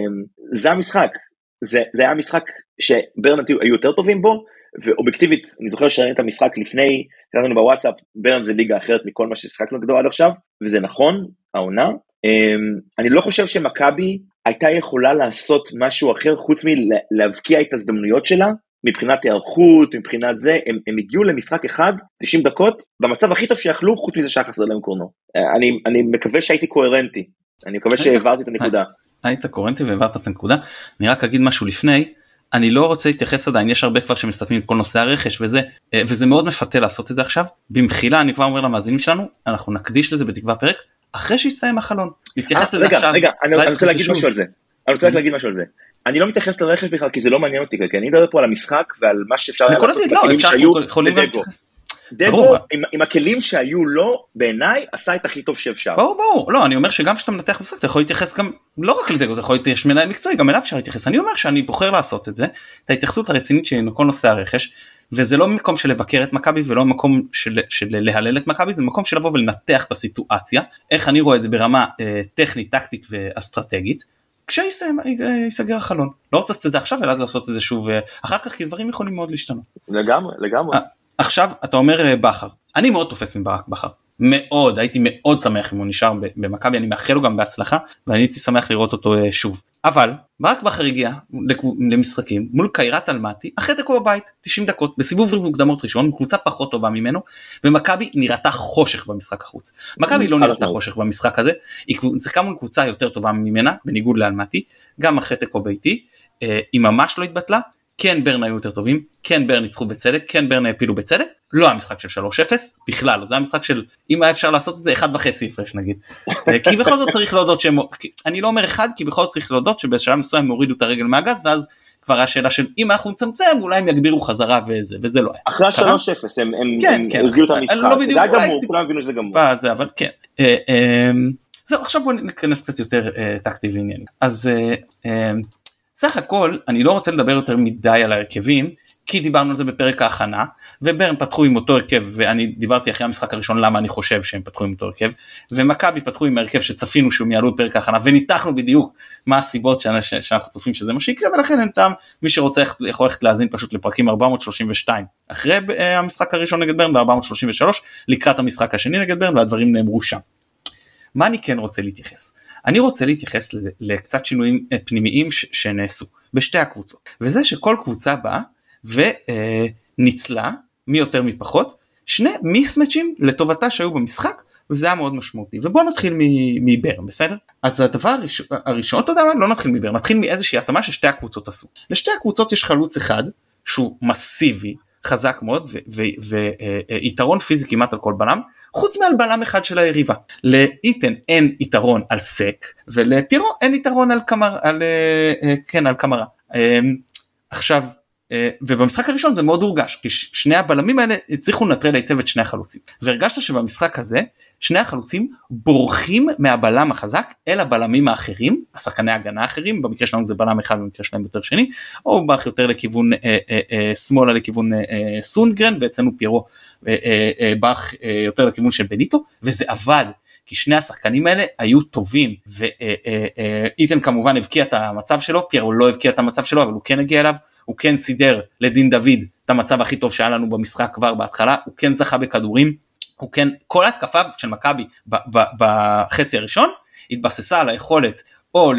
זה המשחק, זה היה המשחק שברן היו יותר טובים בו, ואובייקטיבית, אני זוכר שראינו את המשחק לפני, קראנו בוואטסאפ, ברן זה ליגה אחרת מכל מה ששחקנו נגדו עד עכשיו, וזה נכון, העונה, אני לא חושב שמכבי הייתה יכולה לעשות משהו אחר, חוץ מלהבקיע את הזדמנויות שלה, מבחינת הערכות, מבחינת זה, הם הגיעו למשחק אחד, 90 דקות, במצב הכי טוב שיכלו, חוץ מזה שהיה חסר להם קורנו. אני מקווה שהייתי קוהרנטי, אני מקווה שהעברתי את הנקודה. היית קוהרנטי והעברת את הנקודה, אני רק אגיד משהו לפני, אני לא רוצה להתייחס עדיין, יש הרבה כבר שמסתכלים את כל נושא הרכש וזה מאוד מפתה לעשות את זה עכשיו, במחילה אני כבר אומר למאזינים שלנו, אנחנו נקדיש לזה בתקווה פרק, אחרי שיסתיים החלון, נתייחס לזה עכשיו. רגע, אני רוצה להגיד משהו על זה, אני לא מתייחס לרכש בכלל, כי זה לא מעניין אותי, כי אני מדבר פה על המשחק, ועל מה שאפשר היה לעשות בכלים שהיו לדגו. דגו, עם הכלים שהיו לו, בעיניי, עשה את הכי טוב שאפשר. ברור, לא, אני אומר שגם כשאתה מנתח משחק, אתה יכול להתייחס גם, לא רק לדגו, אתה יכול להתייחס מנהל מקצועי, גם אליו אפשר להתייחס. אני אומר שאני בוחר לעשות את זה, את ההתייחסות הרצינית שלי לכל נושא הרכש, וזה לא מקום של לבקר את מכבי, ולא מקום של להלל את מכבי, זה מקום של לבוא ולנתח את הסיטואציה, איך אני רואה את זה ברמה טכנית, טקטית ואסטרטגית, כשיסגר החלון. לא רוצה לעשות את זה עכשיו, אלא לעשות את זה שוב אחר כך, כי דברים יכולים מאוד להשתנות. לגמרי. עכשיו, אתה אומר בכר. אני מאוד תופס מברק בכר. מאוד, הייתי מאוד שמח אם הוא נשאר במכבי, אני מאחל לו גם בהצלחה, ואני הייתי שמח לראות אותו שוב. אבל, ברק בכר הגיע למשחקים מול קיירת אלמטי, אחרי דקו בבית, 90 דקות, בסיבוב מוקדמות ראשון, קבוצה פחות טובה ממנו, ומכבי נראתה חושך במשחק החוץ. מכבי לא נראתה חושך במשחק הזה, היא צריכה מול קבוצה יותר טובה ממנה, בניגוד לאלמטי, גם אחרי דקו ביתי, היא ממש לא התבטלה, כן ברן היו יותר טובים, כן ברן ניצחו בצדק, כן ברן הפילו בצדק, לא המשחק של 3-0, בכלל, זה המשחק של, אם היה אפשר לעשות את זה, 1.5 הפרש נגיד, כי בכל זאת צריך להודות שהם, אני לא אומר אחד, כי בכל זאת צריך להודות שבשלב מסוים הם הורידו את הרגל מהגז, ואז כבר השאלה של, אם אנחנו נצמצם, אולי הם יגבירו חזרה וזה לא היה. אחרי 3-0, הם הרגיעו את המשחק, זה היה גמור, כולם הבינו שזה גמור. אבל כן, זהו, עכשיו בואו ניכנס קצת יותר טקטי וענייני. אז סך הכל, אני לא רוצה לדבר יותר מדי על ההרכבים, כי דיברנו על זה בפרק ההכנה, וברן פתחו עם אותו הרכב, ואני דיברתי אחרי המשחק הראשון למה אני חושב שהם פתחו עם אותו הרכב, ומכבי פתחו עם ההרכב שצפינו שהם יעלו בפרק ההכנה, וניתחנו בדיוק מה הסיבות שאנחנו צופים שזה מה שיקרה, ולכן אין טעם, מי שרוצה יכול ללכת להאזין פשוט לפרקים 432, אחרי המשחק הראשון נגד ברן, ב-433, לקראת המשחק השני נגד ברן, והדברים נאמרו שם. מה אני כן רוצה להתייחס? אני רוצה להתייחס לקצת שינויים פנימיים שנעשו בשתי הקבוצות, וזה שכל קבוצה באה וניצלה מי יותר מפחות, שני מיסמצ'ים לטובתה שהיו במשחק, וזה היה מאוד משמעותי. ובואו נתחיל מברן, בסדר? אז הדבר הראשון, אתה יודע מה? לא נתחיל מברן, נתחיל מאיזושהי התאמה ששתי הקבוצות עשו. לשתי הקבוצות יש חלוץ אחד, שהוא מסיבי, חזק מאוד, ויתרון פיזי כמעט על כל בלם, חוץ מעל בלם אחד של היריבה. לאיתן אין יתרון על סק, ולפירו אין יתרון על קמרה. עכשיו, ובמשחק הראשון זה מאוד הורגש, כי שני הבלמים האלה הצליחו לנטרל היטב את שני החלוצים, והרגשת שבמשחק הזה, שני החלוצים בורחים מהבלם החזק, אל הבלמים האחרים, השחקני ההגנה האחרים, במקרה שלנו זה בלם אחד, במקרה שלהם יותר שני, או ברח יותר לכיוון שמאלה, לכיוון סונגרן, ואצלנו פירו ברח יותר לכיוון של בניטו, וזה עבד, כי שני השחקנים האלה היו טובים, ואיתן כמובן הבקיע את המצב שלו, פירו לא הבקיע את המצב שלו, אבל הוא כן הגיע אליו, הוא כן סידר לדין דוד את המצב הכי טוב שהיה לנו במשחק כבר בהתחלה, הוא כן זכה בכדורים, הוא כן, כל התקפה של מכבי בחצי הראשון, התבססה על היכולת או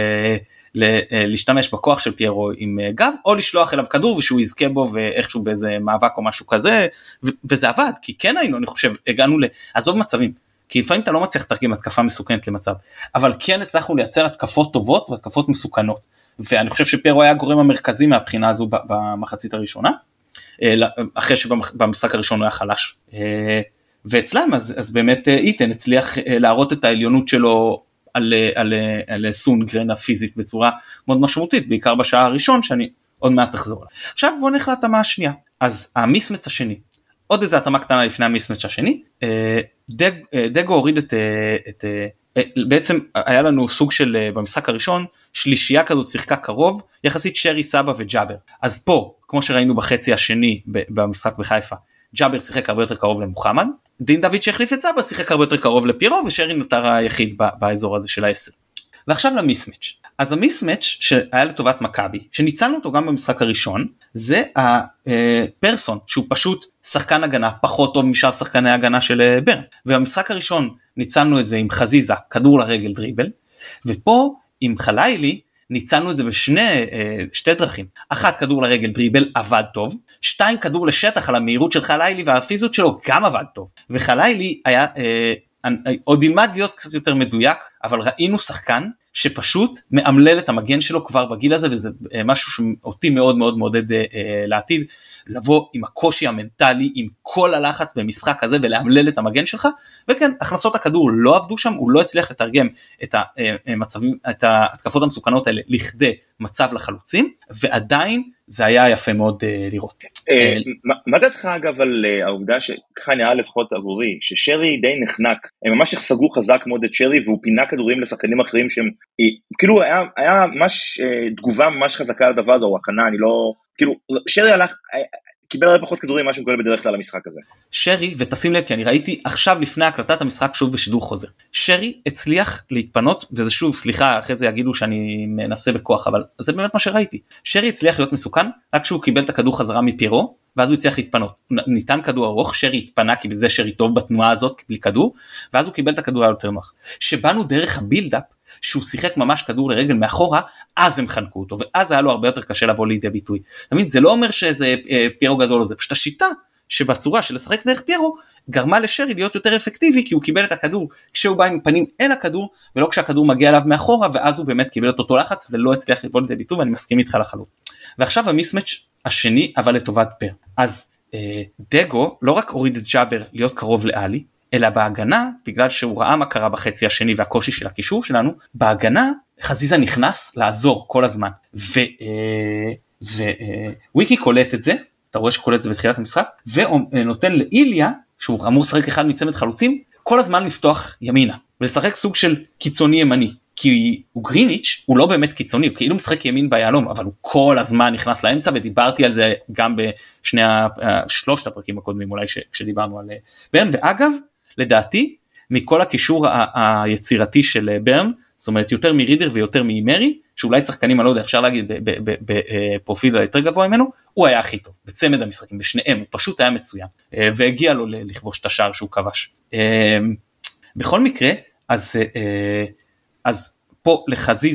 להשתמש בכוח של פיירו עם גב, או לשלוח אליו כדור ושהוא יזכה בו ואיכשהו באיזה מאבק או משהו כזה, וזה עבד, כי כן היינו, אני חושב, הגענו לעזוב מצבים, כי לפעמים אתה לא מצליח לתרגם התקפה מסוכנת למצב, אבל כן הצלחנו לייצר התקפות טובות והתקפות מסוכנות, ואני חושב שפיירו היה הגורם המרכזי מהבחינה הזו במחצית הראשונה, אחרי שבמשחק הראשון הוא היה חלש, ואצלם אז באמת איתן הצליח להראות את העליונות שלו על סונגרן הפיזית בצורה מאוד משמעותית, בעיקר בשעה הראשון שאני עוד מעט אחזור עליו. עכשיו בואו נלך להתאמה השנייה, אז המיסמץ' השני, עוד איזה התאמה קטנה לפני המיסמץ' השני, דגו הוריד בעצם היה לנו סוג של במשחק הראשון, שלישייה כזאת שיחקה קרוב, יחסית שרי, סבא וג'אבר. אז פה, כמו שראינו בחצי השני במשחק בחיפה, ג'אבר שיחק הרבה יותר קרוב למוחמד, דין דוד שהחליף את סבא שיחק הרבה יותר קרוב לפירו, ושרי נותר היחיד באזור הזה של ה10. ועכשיו למיסמץ'. אז המיסמץ' שהיה לטובת מכבי, שניצלנו אותו גם במשחק הראשון, זה הפרסון, שהוא פשוט שחקן הגנה, פחות טוב משאר שחקני הגנה של ברן. ובמשחק הראשון ניצלנו את זה עם חזיזה, כדור לרגל דריבל, ופה עם חלילי, ניצלנו את זה בשתי דרכים. אחת, כדור לרגל דריבל עבד טוב, 2, כדור לשטח על המהירות של חלילי, והפיזיות שלו גם עבד טוב. וחלילי היה, עוד ילמד להיות קצת יותר מדויק, אבל ראינו שחקן שפשוט מאמלל את המגן שלו כבר בגיל הזה, וזה משהו שאותי מאוד מאוד מעודד לעתיד, לבוא עם הקושי המנטלי, עם כל הלחץ במשחק הזה, ולאמלל את המגן שלך, וכן, הכנסות הכדור לא עבדו שם, הוא לא הצליח לתרגם את ההתקפות המסוכנות האלה, לכדי מצב לחלוצים, ועדיין זה היה יפה מאוד לראות. מה דעתך אגב על העובדה שככה נראה לפחות עבורי, ששרי די נחנק, הם ממש סגרו חזק מאוד את שרי, והוא פינה כדורים לשחקנים אחרים שהם, כאילו היה ממש תגובה ממש חזקה על הדבר הזה, או הכנה, אני לא, כאילו, שרי הלך, קיבל הרבה פחות כדורים מה שהוא קורא בדרך כלל למשחק הזה. שרי, ותשים לב, כי אני ראיתי עכשיו לפני הקלטת המשחק שוב בשידור חוזר, שרי הצליח להתפנות, וזה שוב, סליחה, אחרי זה יגידו שאני מנסה בכוח, אבל זה באמת מה שראיתי. שרי הצליח להיות מסוכן, רק שהוא קיבל את הכדור חזרה מפירו, ואז הוא הצליח להתפנות. ניתן כדור ארוך, שרי התפנה, כי בזה שרי טוב בתנועה הזאת, בלי כדור, ואז הוא קיבל את הכדור יותר נוח. שבאנו דרך הבילדאפ, שהוא שיחק ממש כדור לרגל מאחורה, אז הם חנקו אותו, ואז היה לו הרבה יותר קשה לבוא לידי ביטוי. תמיד, זה לא אומר שזה פיירו גדול או זה, פשוט השיטה שבצורה של לשחק דרך פיירו, גרמה לשרי להיות יותר אפקטיבי, כי הוא קיבל את הכדור כשהוא בא עם פנים אל הכדור, ולא כשהכדור מגיע אליו מאחורה, ואז הוא באמת קיבל את אותו לחץ, ולא הצליח לבוא לידי ביטוי, ואני מסכים איתך לחלוט. ועכשיו המיסמץ' השני, אבל לטובת פר. אז דגו לא רק הוריד את ג'אבר להיות קרוב לאלי, אלא בהגנה, בגלל שהוא ראה מה קרה בחצי השני והקושי של הקישור שלנו, בהגנה חזיזה נכנס לעזור כל הזמן. וויקי קולט את זה, אתה רואה שקולט את זה בתחילת המשחק, ונותן לאיליה, שהוא אמור לשחק אחד מצמד חלוצים, כל הזמן לפתוח ימינה, ולשחק סוג של קיצוני ימני. כי הוא גריניץ', הוא לא באמת קיצוני, הוא כאילו משחק ימין ביעלום, אבל הוא כל הזמן נכנס לאמצע, ודיברתי על זה גם בשלושת הפרקים הקודמים, אולי כשדיברנו על ברן, ואגב, לדעתי, מכל הקישור היצירתי של ברן, זאת אומרת יותר מרידר ויותר ממרי, שאולי שחקנים, אני לא יודע, אפשר להגיד בפרופיל יותר גבוה ממנו, הוא היה הכי טוב, בצמד המשחקים, בשניהם, הוא פשוט היה מצוין, והגיע לו לכבוש את השער שהוא כבש. בכל מקרה, אז פה לחזיזה,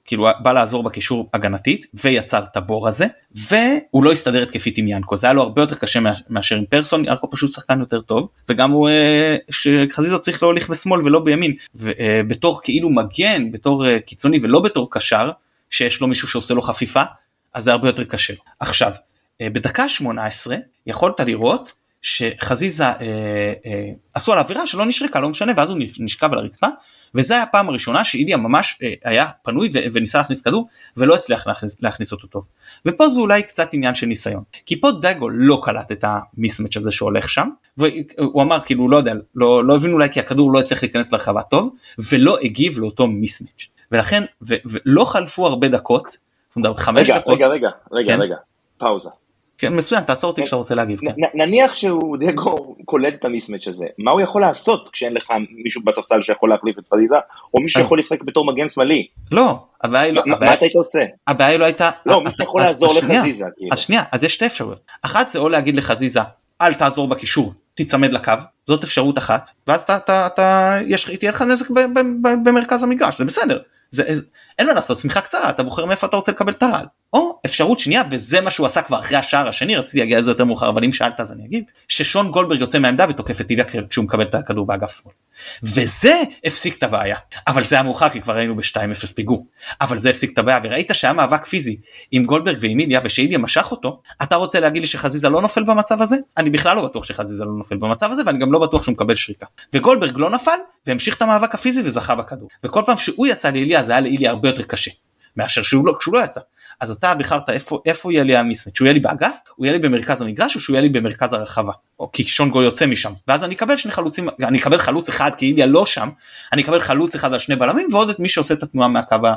כאילו בא לעזור בקישור הגנתית, ויצר את הבור הזה, והוא לא הסתדר התקפית עם ינקו, זה היה לו הרבה יותר קשה מאשר עם פרסון, ינקו פשוט שחקן יותר טוב, וגם הוא, שחזיזה צריך להוליך בשמאל ולא בימין, ובתור כאילו מגן, בתור קיצוני ולא בתור קשר, שיש לו מישהו שעושה לו חפיפה, אז זה הרבה יותר קשה. עכשיו, בדקה 18, יכולת לראות, שחזיזה עשו על האווירה שלא נשרקה, לא משנה, ואז הוא נשכב על הרצפה, וזה היה הפעם הראשונה שאיליה ממש היה פנוי וניסה להכניס כדור, ולא הצליח להכניס אותו טוב. ופה זה אולי קצת עניין של ניסיון, כי פה דאגו לא קלט את המיסמץ' הזה שהולך שם, והוא אמר כאילו לא יודע, לא הבין אולי כי הכדור לא הצליח להיכנס לרחבה טוב, ולא הגיב לאותו מיסמץ'. ולכן, ולא חלפו הרבה דקות, 5 דקות. רגע, פאוזה. כן, מצוין, תעצור אותי כשאתה רוצה להגיב. נניח שהוא דאגו קולט את המיסמץ' הזה, מה הוא יכול לעשות כשאין לך מישהו בספסל שיכול להחליף את חזיזה, או מישהו שיכול לשחק בתור מגן שמאלי? לא, הבעיה היא לא... מה אתה היית עושה? הבעיה לא הייתה... לא, מי שיכול לעזור לחזיזה. אז שנייה, אז יש שתי אפשרויות. אחת זה או להגיד לחזיזה, אל תעזור בקישור, תצמד לקו, זאת אפשרות אחת, ואז תהיה לך נזק במרכז המגרש, זה בסדר. אין מה לעשות, סמיכה קצרה, אתה בוחר מאיפה אתה רוצה לקבל את הרעל. או אפשרות שנייה, וזה מה שהוא עשה כבר אחרי השער השני, רציתי להגיע לזה יותר מאוחר, אבל אם שאלת אז אני אגיב, ששון גולדברג יוצא מהעמדה ותוקף את איליה כשהוא מקבל את הכדור באגף שמאל. וזה הפסיק את הבעיה, אבל זה היה מאוחר כי כבר היינו ב-2-0 פיגור, אבל זה הפסיק את הבעיה, וראית שהיה מאבק פיזי עם גולדברג ועם איליה, ושאיליה משך אותו, אתה רוצה להגיד לי שחזיזה לא נופל במצב הזה? אני בכלל לא בטוח שחזיזה לא נופל במצב הזה, ואני גם לא בטוח שהוא מקבל שריקה. וגולדברג לא נפל, והמשיך את המאבק הפיזי וזכה בכדור. וכל פעם שהוא יצא לאיליה, זה היה לאיליה הרבה יותר קשה, מאשר כשהוא לא יצא. אז אתה בחרת איפה יהיה לי המיסמץ', שהוא יהיה לי באגף, הוא יהיה לי במרכז המגרש, או שהוא יהיה לי במרכז הרחבה, או כי שון גול יוצא משם, ואז אני אקבל שני חלוצים, אני אקבל חלוץ אחד, כי איליה לא שם, אני אקבל חלוץ אחד על שני בלמים, ועוד את מי שעושה את התנועה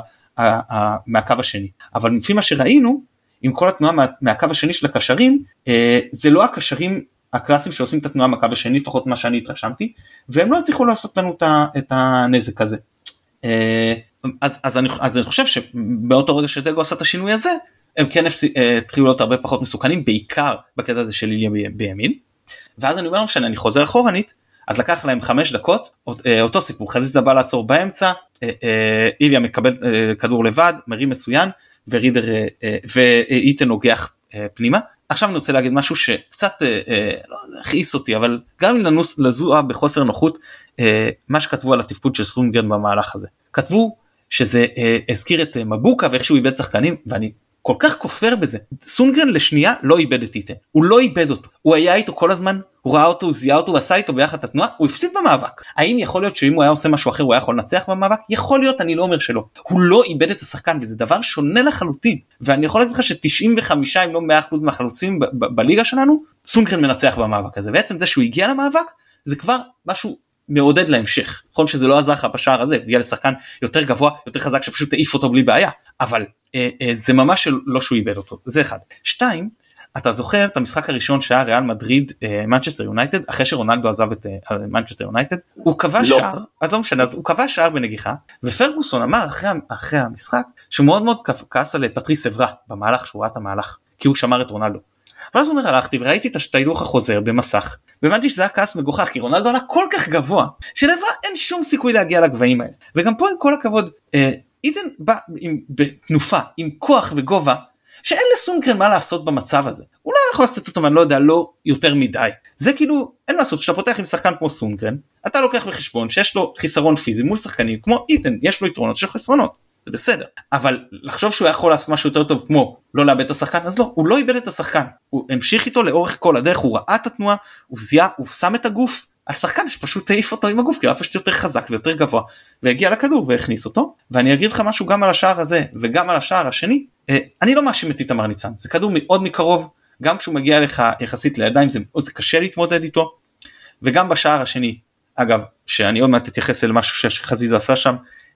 מהקו השני. אבל לפי מה שראינו, עם כל התנועה מהקו השני של הקשרים, זה לא הקשרים הקלאסיים שעושים את התנועה מהקו השני, לפחות מה שאני התרשמתי, והם לא הצליחו לעשות לנו את הנזק הזה. אז אני חושב שבאותו רגע שדאגו עשה את השינוי הזה, הם כן התחילו להיות הרבה פחות מסוכנים, בעיקר בקטע הזה של איליה בימין, ואז אני אומר שאני חוזר אחורנית, אז לקח להם 5 דקות, אותו סיפור, חזיזה בא לעצור באמצע, איליה מקבל כדור לבד, מרים מצוין, ואיתן נוגח פנימה. עכשיו אני רוצה להגיד משהו שקצת לא הכעיס אותי, אבל גם אם לזוע בחוסר נוחות, מה שכתבו על התפקוד של סונגרן במהלך הזה. כתבו שזה הזכיר את מבוקה ואיך שהוא איבד שחקנים, ואני כל כך כופר בזה. סונגרן לשנייה לא איבד את איתן, הוא לא איבד אותו, הוא היה איתו כל הזמן, הוא ראה אותו, הוא זיהה אותו, הוא עשה איתו ביחד את התנועה, הוא הפסיד במאבק. האם יכול להיות שאם הוא היה עושה משהו אחר הוא היה יכול לנצח במאבק? יכול להיות, אני לא אומר שלא. הוא לא איבד את השחקן, וזה דבר שונה לחלוטין. ואני יכול להגיד לך ש95 אם לא 100% מהחלוצים בליגה שלנו, סונגרן מנצח במאבק הזה. בעצם זה שהוא הגיע למאבק, זה כבר משהו מעודד להמשך. נכון שזה לא עזר לך בשער הזה, הוא הגיע לשחקן יותר גבוה, יותר חזק, שפשוט תעיף אותו בלי בעיה. אבל זה ממש לא שהוא איבד אותו. זה אחד. 2, אתה זוכר את המשחק הראשון שהיה ריאל מדריד מנצ'סטר יונייטד, אחרי שרונלדו עזב את מנצ'סטר יונייטד, הוא קבע שער, אז לא משנה, אז הוא קבע שער בנגיחה, ופרגוסון אמר אחרי המשחק, שהוא מאוד מאוד כעס על פטריס אברה, במהלך, שהוא ראה את המהלך, כי הוא שמר את רונלדו. ואז הוא אומר, הלכתי וראיתי את ההילוך החוזר במסך, והבנתי שזה היה כעס מגוחך, כי רונלדו עלה כל כך גבוה, שלבא אין שום סיכוי להגיע לגבהים האלה. וגם פה עם כל הכבוד, איתן בא בתנופה, עם כוח וגובה, שאין לסונגרן מה לעשות במצב הזה. הוא לא יכול לעשות אותו, אני לא יודע, לא יותר מדי. זה כאילו, אין לעשות, כשאתה פותח עם שחקן כמו סונגרן, אתה לוקח בחשבון שיש לו חיסרון פיזי מול שחקנים, כמו איתן, יש לו יתרונות, יש לו חסרונות, זה בסדר. אבל לחשוב שהוא יכול לעשות משהו יותר טוב, כמו לא לאבד את השחקן, אז לא, הוא לא איבד את השחקן. הוא המשיך איתו לאורך כל הדרך, הוא ראה את התנועה, הוא זיהה, הוא שם את הגוף, השחקן שפשוט תעיף אותו עם הגוף, כי הוא פשוט יותר חזק ויותר גבוה, והגיע לכדור והכניס אותו. ואני אגיד לך משהו גם על השער הזה, וגם על השער השני, אני לא מאשים את איתמר ניצן, זה כדור מאוד מקרוב, גם כשהוא מגיע לך יחסית לידיים, זה קשה להתמודד איתו, וגם בשער השני, אגב, שאני עוד מעט תתייחס אל משהו שחזיזה עשה שם,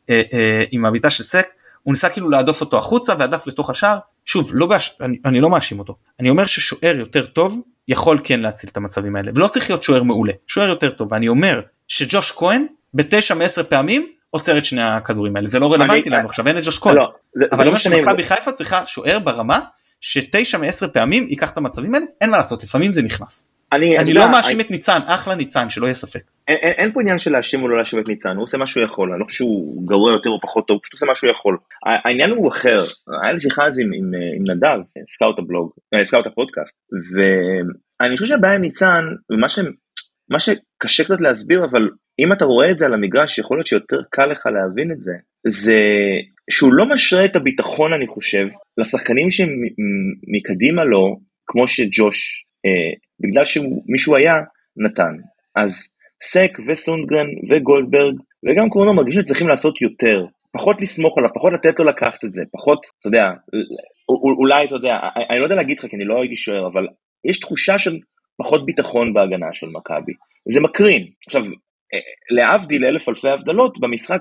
עם הביטה של סק, הוא ניסה כאילו להדוף אותו החוצה, והדף לתוך השער, שוב, אני לא מאשים אותו, אני אומר ששוער יותר טוב, יכול כן להציל את המצבים האלה, ולא צריך להיות שוער מעולה, שוער יותר טוב, ואני אומר שג'וש כהן, ב9 מ10 פעמים, עוצר את שני הכדורים האלה, זה לא רלוונטי לנו עכשיו, אין את ג'וש כהן, אבל אני אומר שמכבי חיפה צריכה שוער ברמה, ש9 מ10 פעמים ייקח את המצבים האלה, אין מה לעשות, לפעמים זה נכנס. אני לא מאשים את ניצן, אחלה ניצן, שלא יהיה ספק. אין פה עניין של להאשים או לא להאשים את ניצן, הוא עושה מה שהוא יכול, אני לא חושב שהוא גרוע יותר או פחות טוב, הוא פשוט עושה מה שהוא יכול. העניין הוא אחר, היה לי שיחה אז עם נדב, סקאוט הבלוג, סקאוט הפודקאסט, ואני חושב שהבעיה עם ניצן, מה שקשה קצת להסביר, אבל אם אתה רואה את זה על המגרש, יכול להיות שיותר קל לך להבין את זה, זה שהוא לא משרה את הביטחון, אני חושב, לשחקנים שמקדימה לו, כמו שג'וש, בגלל שמישהו היה, נתן. אז סק וסונדגרן וגולדברג, וגם קורנו מרגישים שצריכים לעשות יותר, פחות לסמוך עליו, פחות לתת לו לקחת את זה, פחות, אתה יודע, אולי, אתה יודע, אני לא יודע להגיד לך, כי אני לא הייתי שוער, אבל יש תחושה של פחות ביטחון בהגנה של מכבי, זה מקרין. עכשיו, להבדיל אלף אלפי הבדלות, במשחק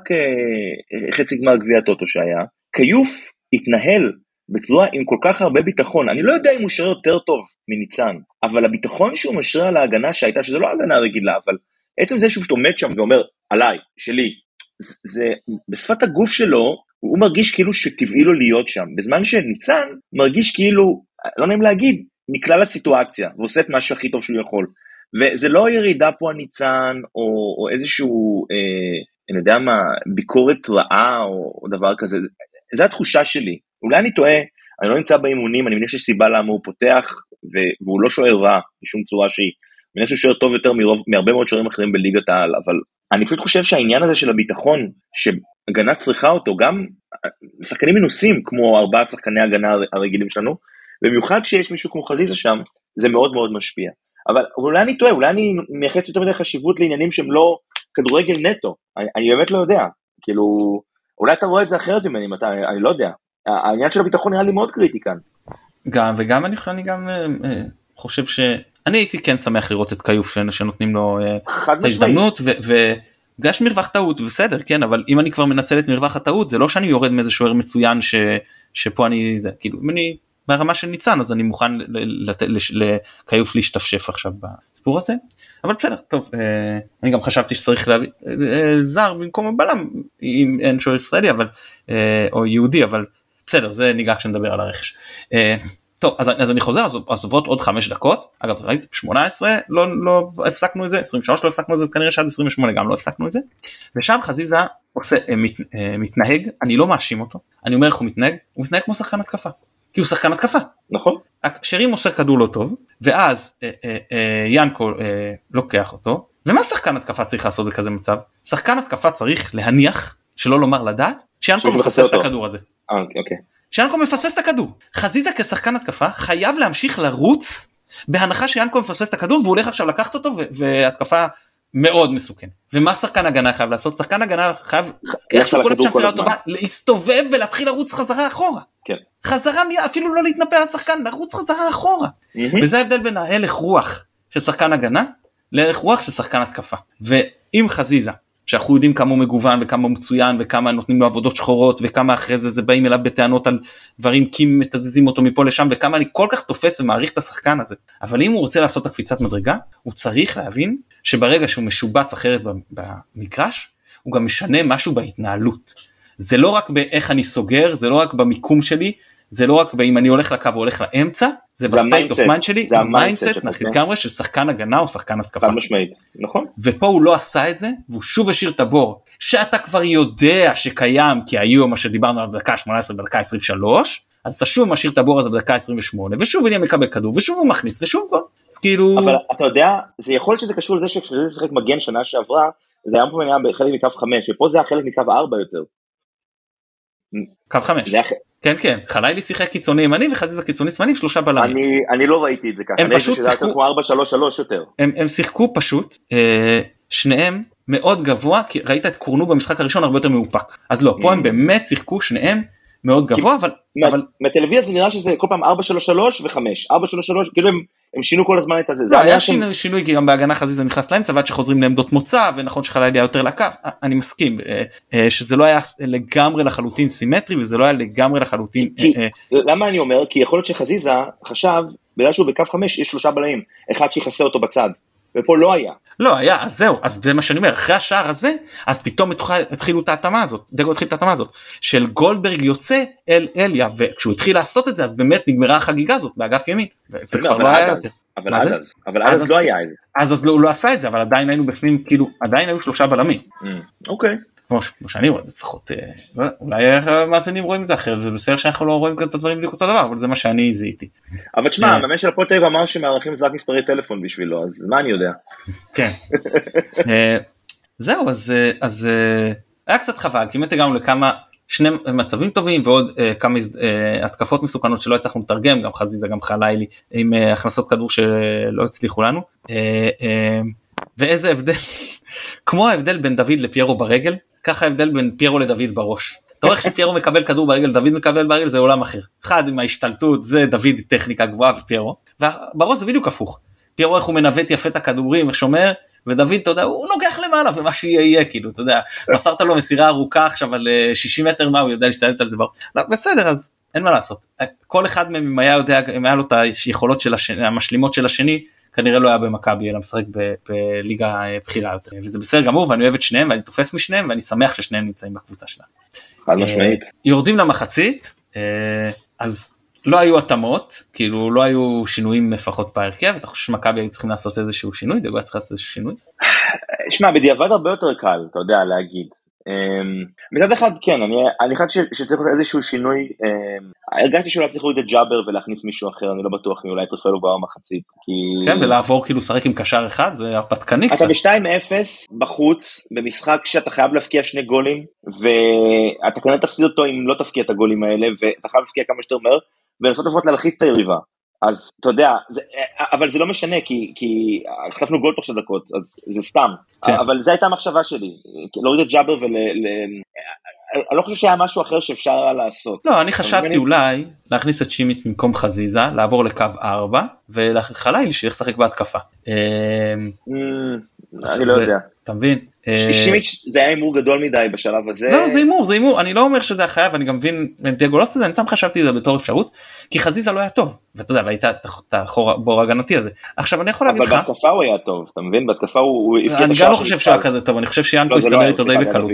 חצי גמר גביע הטוטו שהיה, קיוף התנהל בצורה עם כל כך הרבה ביטחון, אני לא יודע אם הוא שוער יותר טוב מניצן, אבל הביטחון שהוא משרה על ההגנה שהייתה, שזה לא הגנה רגילה, אבל עצם זה שהוא עומד שם ואומר, עליי, שלי, זה בשפת הגוף שלו, הוא מרגיש כאילו שטבעי לו להיות שם, בזמן שניצן מרגיש כאילו, לא נעים להגיד, מכלל הסיטואציה, ועושה את מה שהכי טוב שהוא יכול, וזה לא ירידה פה הניצן, או איזשהו, אני יודע מה, ביקורת רעה, או דבר כזה, זה התחושה שלי, אולי אני טועה, אני לא נמצא באימונים, אני מניח שיש סיבה למה הוא פותח, והוא לא שוער רע, בשום צורה שהיא, אני מניח שהוא שוער טוב יותר מהרבה מאוד שוערים אחרים בליגת העל, אבל אני פשוט חושב שהעניין הזה של הביטחון, שהגנה צריכה אותו, גם שחקנים מנוסים, כמו 4 שחקני הגנה הרגילים שלנו, במיוחד שיש מישהו כמו חזיזה שם, זה מאוד מאוד משפיע. אבל אולי אני טועה, אולי אני מייחס יותר מדי חשיבות לעניינים שהם לא כדורגל נטו, אני באמת לא יודע, כאילו, אולי אתה רואה את זה אחרת ממני, אני לא יודע, העניין של הביטחון נראה לי מאוד קריטי כאן. וגם אני גם חושב שאני הייתי כן שמח לראות את קיוף שנותנים לו את ההזדמנות, ויש מרווח טעות, בסדר, כן, אבל אם אני כבר מנצל את מרווח הטעות, זה לא שאני יורד מאיזה שוער מצוין שפה אני, זה, כאילו, אם אני ברמה של ניצן, אז אני מוכן לקיוף להשתפשף עכשיו בסיפור הזה, אבל בסדר, טוב, אני גם חשבתי שצריך להביא זר במקום הבלם, אם אין שוער ישראלי, או יהודי, אבל בסדר, זה ניגע כשנדבר על הרכש. טוב, אז אני חוזר, אז עוברות עוד 5 דקות, אגב, ראיתי, 18, לא הפסקנו את זה, 23 לא הפסקנו את זה, אז כנראה שעד 28 גם לא הפסקנו את זה, ושם חזיזה מתנהג, אני לא מאשים אותו, אני אומר איך הוא מתנהג כמו שחקן התקפה, כי הוא שחקן התקפה. נכון. שרי מוסר כדור לא טוב, ואז ינקו לוקח אותו, ומה שחקן התקפה צריך לעשות בכזה מצב? שחקן התקפה צריך להניח, שלא לומר לדעת, שיאנקו מפספס את הכדור הזה. אוקיי. שיאנקו מפספס את הכדור. חזיזה כשחקן התקפה חייב להמשיך לרוץ, בהנחה שיאנקו מפספס את הכדור, והוא הולך עכשיו לקחת אותו, והתקפה מאוד מסוכן. ומה שחקן הגנה חייב לעשות? שחקן הגנה חייב, איכשהו כל הצ'אנסה טובה, להסתובב ולהתחיל לרוץ חזרה אחורה. כן. חזרה, אפילו לא להתנפל על השחקן, לרוץ חזרה אחורה. וזה ההבדל בין ההלך רוח של שחקן הגנה, להלך רוח של שחקן התקפה. ואם חזיזה, שאנחנו יודעים כמה הוא מגוון וכמה הוא מצוין וכמה נותנים לו עבודות שחורות וכמה אחרי זה באים אליו בטענות על דברים כי מתזזים אותו מפה לשם וכמה אני כל כך תופס ומעריך את השחקן הזה. אבל אם הוא רוצה לעשות את הקפיצת מדרגה, הוא צריך להבין שברגע שהוא משובץ אחרת במגרש, הוא גם משנה משהו בהתנהלות. זה לא רק באיך אני סוגר, זה לא רק במיקום שלי, זה לא רק אם אני הולך לקו או הולך לאמצע, זה בסטייט אוף מיינד שלי, זה המיינדסט לגמרי של שחקן הגנה או שחקן התקפה. נכון. ופה הוא לא עשה את זה, והוא שוב השאיר את הבור, שאתה כבר יודע שקיים, כי היו מה שדיברנו על דקה 18 בדקה 23, אז אתה שוב משאיר את הבור הזה בדקה 28, ושוב איליה מקבל כדור, ושוב הוא מכניס, ושוב גול. אז כאילו... אבל אתה יודע, זה יכול להיות שזה קשור לזה שכשזה שחק מגן שנה שעברה, זה היה חלק מקו 5, ופה זה היה חלק מקו 4 יותר. קו 5. כן, חלילי שיחק קיצוני ימני וחזיזה קיצוני שמאלי, 3 בלמים. אני לא ראיתי את זה ככה, הם פשוט שיחקו, כמו 4-3-3 יותר. הם שיחקו פשוט, שניהם מאוד גבוה, כי ראית את קורנו במשחק הראשון הרבה יותר מאופק. אז לא, פה הם באמת שיחקו שניהם מאוד גבוה, אבל... מהטלוויזיה זה נראה שזה כל פעם 4-3-3 ו-5, 4-3-3, כאילו הם שינו כל הזמן את הזה. לא, היה שינוי, כי גם בהגנה חזיזה נכנס לאמצע, ועד שחוזרים לעמדות מוצא, ונכון שחלילי היה יותר לקו, אני מסכים, שזה לא היה לגמרי לחלוטין סימטרי, וזה לא היה לגמרי לחלוטין... למה אני אומר? כי יכול להיות שחזיזה חשב, בגלל שהוא בקו 5, יש 3 בלעים, אחד שיחסה אותו בצד. ופה לא היה. לא היה, אז זהו, אז זה מה שאני אומר, אחרי השער הזה, אז פתאום התחילו את ההתאמה הזאת, דגו התחיל את ההתאמה הזאת, של גולדברג יוצא אל אליה, וכשהוא התחיל לעשות את זה, אז באמת נגמרה החגיגה הזאת, באגף ימין, זה כבר לא היה יותר. אבל עד אז לא היה את זה. אז הוא לא עשה את זה, אבל עדיין היינו בפנים, כאילו, עדיין היו 3 בלמים. אוקיי. כמו שאני רואה את זה, לפחות, אולי המאזינים רואים את זה אחרת, זה בסדר שאנחנו לא רואים את הדברים בדיוק אותו דבר, אבל זה מה שאני זיהיתי. אבל תשמע, המאמן של הפועל תל אביב אמר שמערכים זה רק מספרי טלפון בשבילו, אז מה אני יודע? כן. זהו, אז היה קצת חבל, כי באמת הגענו לכמה, 2 מצבים טובים, ועוד כמה התקפות מסוכנות שלא הצלחנו לתרגם, גם חזיזה, גם חלילי, עם הכנסות כדור שלא הצליחו לנו. ואיזה הבדל, כמו ההבדל בין דוד לפיירו ברגל, ככה ההבדל בין פיירו לדוד בראש. אתה רואה שפיירו מקבל כדור ברגל, דוד מקבל ברגל, זה עולם אחר. אחד עם ההשתלטות, זה דוד טכניקה גבוהה ופיירו, ובראש זה בדיוק הפוך. פיירו איך הוא מנווט יפה את הכדורים, ושומר, ודוד, אתה יודע, הוא נוגח למעלה, ומה שיהיה, כאילו, אתה יודע, מסרת לו מסירה ארוכה עכשיו על 60 מטר, מה, הוא יודע להשתלט על זה בראש. לא, בסדר, אז אין מה לעשות. כל אחד מהם, אם היה לו את היכולות המשלימות של השני, כנראה לא היה במכבי, אלא משחק בליגה בחירה יותר, וזה בסדר גמור, ואני אוהב את שניהם, ואני תופס משניהם, ואני שמח ששניהם נמצאים בקבוצה שלנו. חד משמעית. יורדים למחצית, אז לא היו התאמות, כאילו לא היו שינויים לפחות בהרכב, אתה חושב שמכבי היו צריכים לעשות איזשהו שינוי, דגו היה צריך לעשות איזשהו שינוי? שמע, בדיעבד הרבה יותר קל, אתה יודע, להגיד. מצד אחד כן, אני חושב שצריך להיות איזשהו שינוי, הרגשתי שאולי צריך להוריד את ג'אבר ולהכניס מישהו אחר, אני לא בטוח אם אולי תרפלו במחצית. כן, ולעבור כאילו שחק עם קשר אחד, זה הפתקני קצת. אתה ב-2-0 בחוץ, במשחק שאתה חייב להפקיע 2 גולים, ואתה כנראה תפסיד אותו אם לא תפקיע את הגולים האלה, ואתה חייב להפקיע כמה שיותר מהר, ולנסות לפחות להלחיץ את היריבה. אז אתה יודע, אבל זה לא משנה, כי החלפנו גול תוך 2 דקות, אז זה סתם. אבל זו הייתה המחשבה שלי, להוריד את ג'אבר אני לא חושב שהיה משהו אחר שאפשר לעשות. לא, אני חשבתי אולי להכניס את שימית במקום חזיזה, לעבור לקו 4, ולחלילי שילך לשחק בהתקפה. אני לא יודע. אתה מבין? שימית זה היה אימור גדול מדי בשלב הזה. לא, זה אימור, אני לא אומר שזה החייב, אני גם מבין, דייגו לא עשתה את זה, אני סתם חשבתי את זה בתור אפשרות, כי חזיזה לא היה טוב, ואתה יודע, והייתה את הבור הגנתי הזה. עכשיו אני יכול להגיד לך... אבל בהתקפה הוא היה טוב, אתה מבין? בהתקפה הוא... אני גם לא חושב שהוא היה כזה טוב, אני חושב שיאנקו הסתדר איתו די בקלות.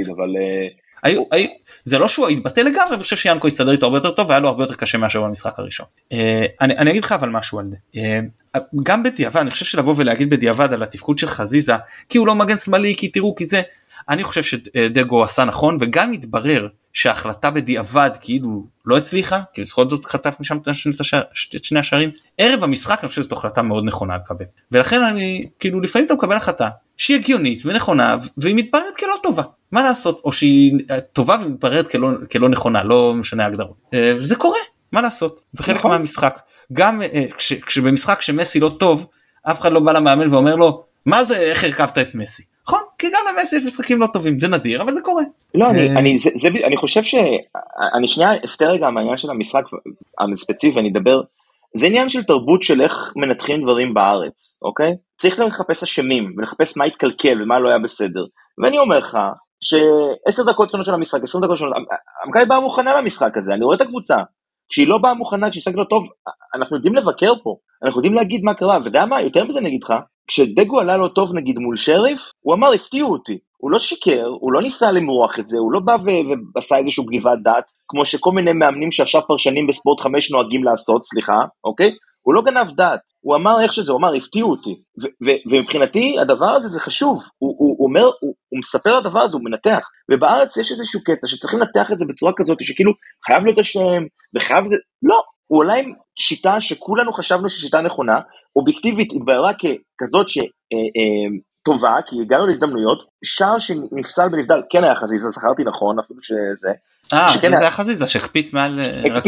זה לא שהוא התבטא לגמרי, אני חושב שיאנקו הסתדר איתו הרבה יותר טוב, והיה לו הרבה יותר קשה מאשר במשחק הראשון. אני אגיד לך אבל משהו על זה. גם בדיעבד, אני חושב שלבוא ולהגיד בדיעבד על התפקוד של חזיזה, כי הוא לא מגן שמאלי, כי תראו, כי זה, אני חושב שדגו עשה נכון, וגם התברר שההחלטה בדיעבד כאילו לא הצליחה, כי לזכות זאת חטף משם את 2 השערים, ערב המשחק אני חושב שזאת החלטה מאוד נכונה לקבל, ולכן אני כאילו לפעמים אתה מקבל החלטה שהיא הגיונית ונכונה, והיא מתבררת כלא טובה, מה לעשות, או שהיא טובה ומתבררת כלא נכונה, לא משנה הגדרות, וזה קורה, מה לעשות, זה חלק מהמשחק, גם כשבמשחק שמסי לא טוב, אף אחד לא בא למאמן ואומר לו, מה זה, איך הרכבת את מסי? נכון, כי גם למסי יש משחקים לא טובים, זה נדיר, אבל זה קורה. לא, אני חושב אני שנייה אסתר גם העניין של המשחק הספציפי, אני אדבר, זה עניין של תרבות של איך מנתחים דברים בארץ, אוקיי? צריך לחפש אשמים, ולחפש מה התקלקל ומה לא היה בסדר, ואני אומר לך, ש10 דקות שונות של המשחק, 20 דקות שונות, המכבי באה מוכנה למשחק הזה, אני רואה את הקבוצה, כשהיא לא באה מוכנה, כשהיא לא טוב, אנחנו יודעים לבקר פה, אנחנו יודעים להגיד מה קרה, ודע מה, יותר מזה נגיד לך, כשדגו עלה לו טוב נגיד מול שריף, הוא אמר, הפתיעו אותי, הוא לא שיקר, הוא לא ניסה למרוח את זה, הוא לא בא ועשה איזשהו גניבת דעת, כמו שכל מיני מאמנים שעכשיו פרשנים בספורט 5 נוהגים לעשות, סליחה, אוקיי? הוא לא גנב דעת, הוא אמר איך שזה, הוא אמר, הפתיעו אותי, ומבחינתי הדבר הזה זה חשוב, הוא אומר, הוא מספר על הדבר הזה, הוא מנתח, ובארץ יש איזשהו קטע שצריכים לנתח את זה בצורה כזאת, שכאילו חייב להיות השם, וחייב זה, לא, הוא עולה עם שיטה שכולנו חשבנו ששיטה נכונה, אובייקטיבית התבהרה ככזאת טובה, כי הגענו להזדמנויות, שער שנפסל בנבדל, כן היה חזיזה, זכרתי נכון, אפילו שזה... זה היה חזיזה, שהקפיץ מעל...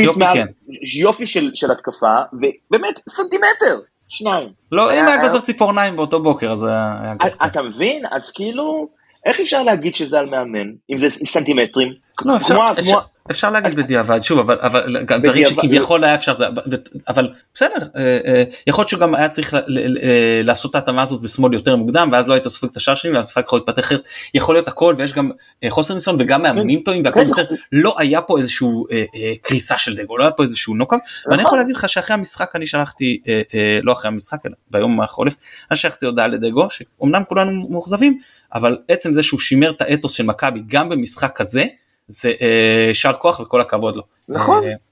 יופי של התקפה, ובאמת סנטימטר, 2. לא, אם היה גוזר ציפורניים באותו בוקר, אז היה... אתה מבין? אז כאילו, איך אפשר להגיד שזה על מאמן, אם זה סנטימטרים? לא, אפשר להגיד בדיעבד, שוב, אבל דברים שכביכול היה אפשר, אבל בסדר, יכול להיות שגם היה צריך לעשות את ההתאמה הזאת בשמאל יותר מוקדם, ואז לא היית סופג את השער שלי, והמשחק יכול להתפתח אחרת, יכול להיות הכל, ויש גם חוסר ניסיון, וגם מאמנים טועים, והכל בסדר, לא היה פה איזשהו קריסה של דגו, לא היה פה איזשהו נוקאאוט, ואני יכול להגיד לך שאחרי המשחק אני שלחתי, לא אחרי המשחק, אלא ביום החולף, אני שלחתי הודעה לדגו, שאומנם כולנו מאוכזבים, אבל עצם זה שהוא שימר את האתוס של מכבי, גם במשחק הזה, זה שער כוח וכל הכבוד לו. נכון,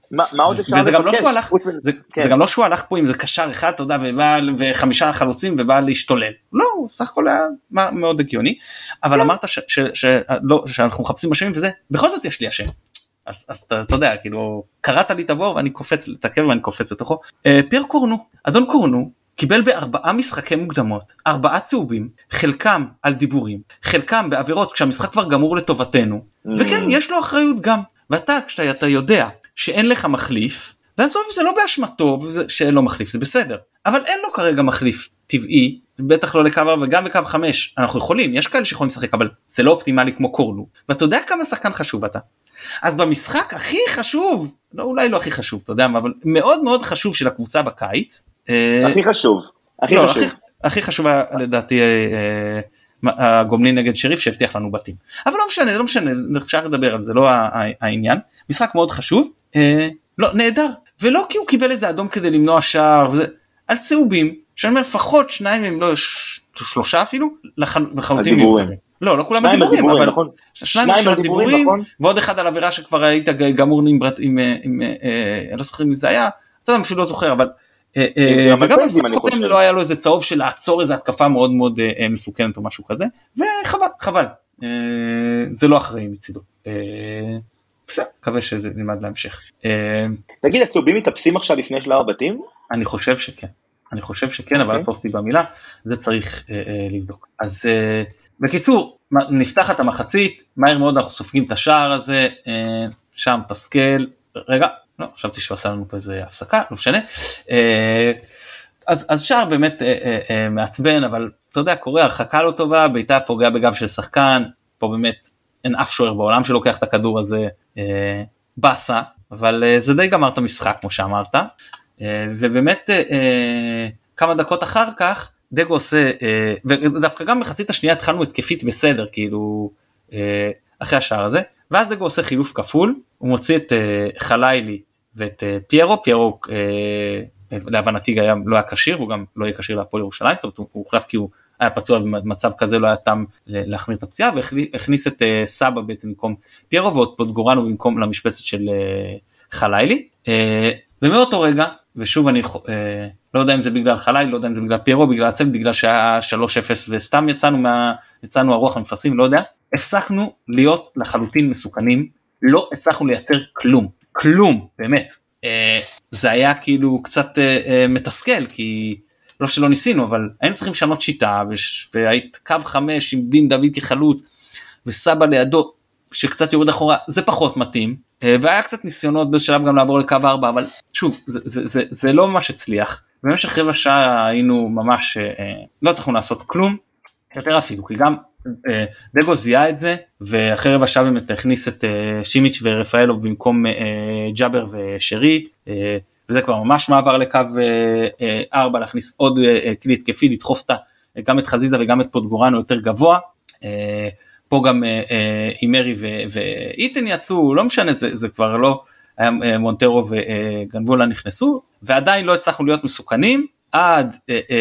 מה עוד אפשר וזה גם לא לבקש? שהוא הלך, זה גם לא שהוא הלך פה עם זה קשר אחד, אתה יודע, וחמישה חלוצים ובא להשתולל. לא, הוא סך הכל היה מאוד הגיוני, אבל אמרת שאנחנו מחפשים אשמים וזה, בכל זאת יש לי אשם. אז אתה יודע, כאילו, קראת לי את הבור ואני קופץ לתקר ואני קופץ לתוכו. פייר קורנו, אדון קורנו, קיבל ב4 משחקי מוקדמות, 4 צהובים, חלקם על דיבורים, חלקם בעבירות כשהמשחק כבר גמור לטובתנו, וכן, יש לו אחריות גם. ואתה, כשאתה יודע שאין לך מחליף, ועזוב, זה לא באשמתו שאין לו מחליף, זה בסדר. אבל אין לו כרגע מחליף טבעי, בטח לא לקו 4 וגם בקו 5. אנחנו יכולים, יש כאלה שיכולים לשחק, אבל זה לא אופטימלי כמו קורנו. ואתה יודע כמה שחקן חשוב אתה. אז במשחק הכי חשוב, לא, אולי לא הכי חשוב, אתה יודע מה, אבל מאוד מאוד חשוב של הקבוצה בקיץ. הכי חשוב. הכי חשוב לדעתי הגומלין נגד שריף שהבטיח לנו בתים. אבל לא משנה, אפשר לדבר על זה, לא העניין. משחק מאוד חשוב, לא, נהדר. ולא כי הוא קיבל איזה אדום כדי למנוע שער, וזה, על צהובים, שאני אומר לפחות 2 אם לא 3 אפילו, לחלוטין מיותרים. לא כולם בדיבורים, אבל 2 על דיבורים, ועוד אחד על עבירה שכבר היית גמור עם אני לא זוכר מי זה היה, אתה יודע, אפילו לא זוכר, אבל גם קודם לא היה לו איזה צהוב של לעצור איזו התקפה מאוד מאוד מסוכנת או משהו כזה, וחבל, זה לא אחראי מצידו. בסדר, מקווה שזה נלמד להמשך. תגיד, הצהובים מתאפסים עכשיו לפני שלב הבתים? אני חושב שכן, אבל תפסתי במילה, זה צריך לבדוק. אז בקיצור, נפתחת המחצית, מהר מאוד אנחנו סופגים את השער הזה, שם תסכל, רגע, לא, חשבתי שעשה לנו פה איזה הפסקה, לא משנה, אז שער באמת מעצבן, אבל אתה יודע, קורה הרחקה לא טובה, ביתה פוגע בגב של שחקן, פה באמת אין אף שוער בעולם שלוקח את הכדור הזה, בסה, אבל זה די גמר את המשחק, כמו שאמרת, ובאמת כמה דקות אחר כך, דגו עושה, ודווקא גם מחצית השנייה התחלנו התקפית בסדר, כאילו, אחרי השער הזה, ואז דגו עושה חילוף כפול, הוא מוציא את חלילי ואת פיירו, להבנתי גם לא היה קשיר, והוא גם לא יהיה קשיר להפועל ירושלים, זאת אומרת, הוא הוחלף כי הוא היה פצוע במצב כזה, לא היה טעם להחמיר את הפציעה, והכניס את סבא בעצם במקום פיירו, ועוד פוטגורנו במקום למשבצת של חלילי, ומאותו רגע, ושוב אני לא יודע אם זה בגלל חלילי, לא יודע אם זה בגלל פיירו, בגלל הצוות, בגלל שהיה 3-0 וסתם יצאנו הרוח המפרסים, לא יודע, הפסקנו להיות לחלוטין מסוכנים, לא הצלחנו לייצר כלום, באמת. זה היה כאילו קצת מתסכל, כי לא שלא ניסינו, אבל היינו צריכים לשנות שיטה, והיית קו 5 עם דין דוד כחלוץ, וסבא לידו, שקצת יורד אחורה, זה פחות מתאים, והיה קצת ניסיונות בשלב גם לעבור לקו 4, אבל שוב, זה לא ממש הצליח, במשך רבע שעה היינו ממש, לא צריכים לעשות כלום, יותר אפילו, כי גם דגו זיהה את זה, ואחרי רבע שעה באמת הכניס את שימיץ' ורפאלוב במקום ג'אבר ושרי, וזה כבר ממש מעבר לקו 4, להכניס עוד כלי התקפי, לדחוף גם את חזיזה וגם את פוטגורנו יותר גבוה, פה גם אימרי ואיתן יצאו, לא משנה, זה כבר לא, היה מונטרו וגנבולה נכנסו, ועדיין לא הצלחנו להיות מסוכנים, עד,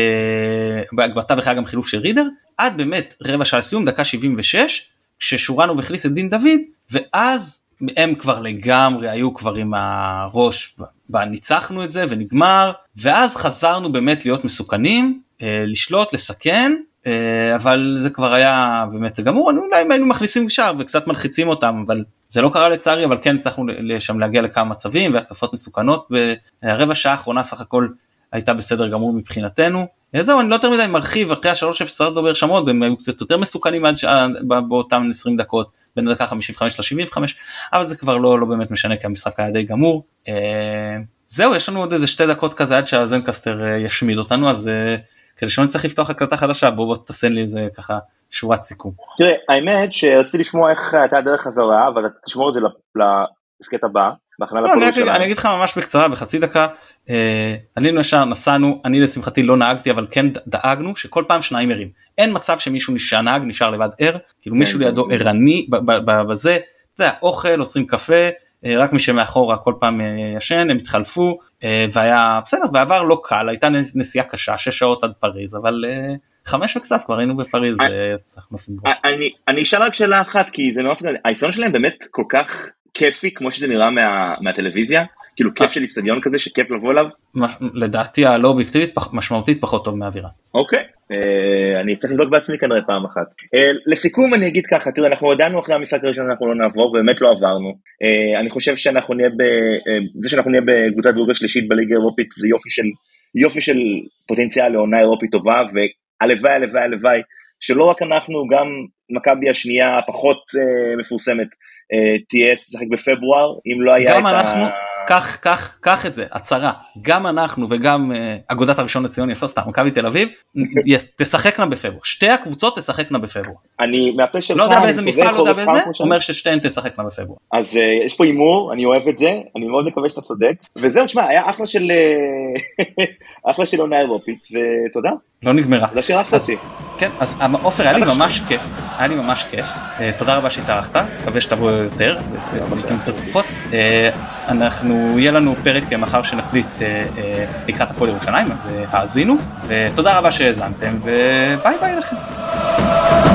בהגבטה וחייה גם חילוף של רידר, עד באמת רבע שעה לסיום, דקה 76, כששורנו והכניס את דין דוד, ואז הם כבר לגמרי היו כבר עם הראש, ניצחנו את זה ונגמר, ואז חזרנו באמת להיות מסוכנים, לשלוט, לסכן, אבל זה כבר היה באמת גמור, אולי אם היינו מכניסים שער וקצת מלחיצים אותם, אבל זה לא קרה לצערי, אבל כן הצלחנו שם להגיע לכמה מצבים, והתקפות מסוכנות, והרבע שעה האחרונה סך הכל הייתה בסדר גמור מבחינתנו, זהו, אני לא יותר מדי מרחיב, אחרי ה3-0 צריך לדבר שם עוד, הם היו קצת יותר מסוכנים עד שעה, באותם 20 דקות, בין הדקה 55 ל-75, אבל זה כבר לא באמת משנה, כי המשחק היה די גמור. זהו, יש לנו עוד איזה 2 דקות כזה, עד שהזנקסטר ישמיד אותנו, אז כדי שלא נצטרך לפתוח הקלטה חדשה, בוא תסן לי איזה ככה שורת סיכום. תראה, האמת שרציתי לשמוע איך הייתה הדרך חזרה, אבל תשמור את זה לסקט הבא. אני אגיד לך ממש בקצרה, בחצי דקה, עלינו ישר, נסענו, אני לשמחתי לא נהגתי, אבל כן דאגנו שכל פעם 2 ערים, אין מצב שמישהו שהנהג נשאר לבד ער, כאילו מישהו לידו ערני בזה, אתה יודע, אוכל, עושים קפה, רק מי שמאחורה כל פעם ישן, הם התחלפו, והיה בסדר, ועבר לא קל, הייתה נסיעה קשה, 6 שעות עד פריז, אבל 5 וקצת כבר היינו בפריז, אני אשאל רק שאלה אחת, כי זה נורא סגן, ההיסטוריה שלהם באמת כל כך כיפי, כמו שזה נראה מהטלוויזיה, כאילו כיף של אצטדיון כזה שכיף לבוא אליו? לדעתי הלא אובייקטיבית משמעותית פחות טוב מהאווירה. אוקיי, אני צריך לבדוק בעצמי כנראה פעם אחת. לסיכום אני אגיד ככה, תראה, אנחנו הודענו אחרי המשחק הראשון אנחנו לא נעבור, באמת לא עברנו. אני חושב שאנחנו נהיה זה שאנחנו נהיה בקבוצת דירוג השלישית בליגה האירופית זה יופי של פוטנציאל לעונה אירופית טובה, והלוואי הלוואי הלוואי שלא רק אנחנו, גם מכבי השנייה הפחות מפורסמת תהיה לשחק בפברואר, אם לא היה גם אנחנו, קח את זה, הצהרה, גם אנחנו וגם אגודת הראשון לציון יפה סתם, מכבי תל אביב, תשחקנה בפברואר, שתי הקבוצות תשחקנה בפברואר. אני מהפה שלך, לא יודע באיזה מפעל, לא יודע באיזה, אומר ששתיהן תשחקנה בפברואר. אז יש פה אימור, אני אוהב את זה, אני מאוד מקווה שאתה צודק, וזהו, תשמע, היה אחלה של עונה אירופית, ותודה. לא נגמרה. זה שרחת אותי. כן, אז עופר, היה לי ממש כיף, תודה רבה שהתארחת, מקווה שתבוא יותר, ולעיתים יותר תקופות, יהיה לנו פרק מחר שנקליט לקראת הפועל ירושלים, אז האזינו, ותודה רבה שהאזנתם, וביי ביי לכם.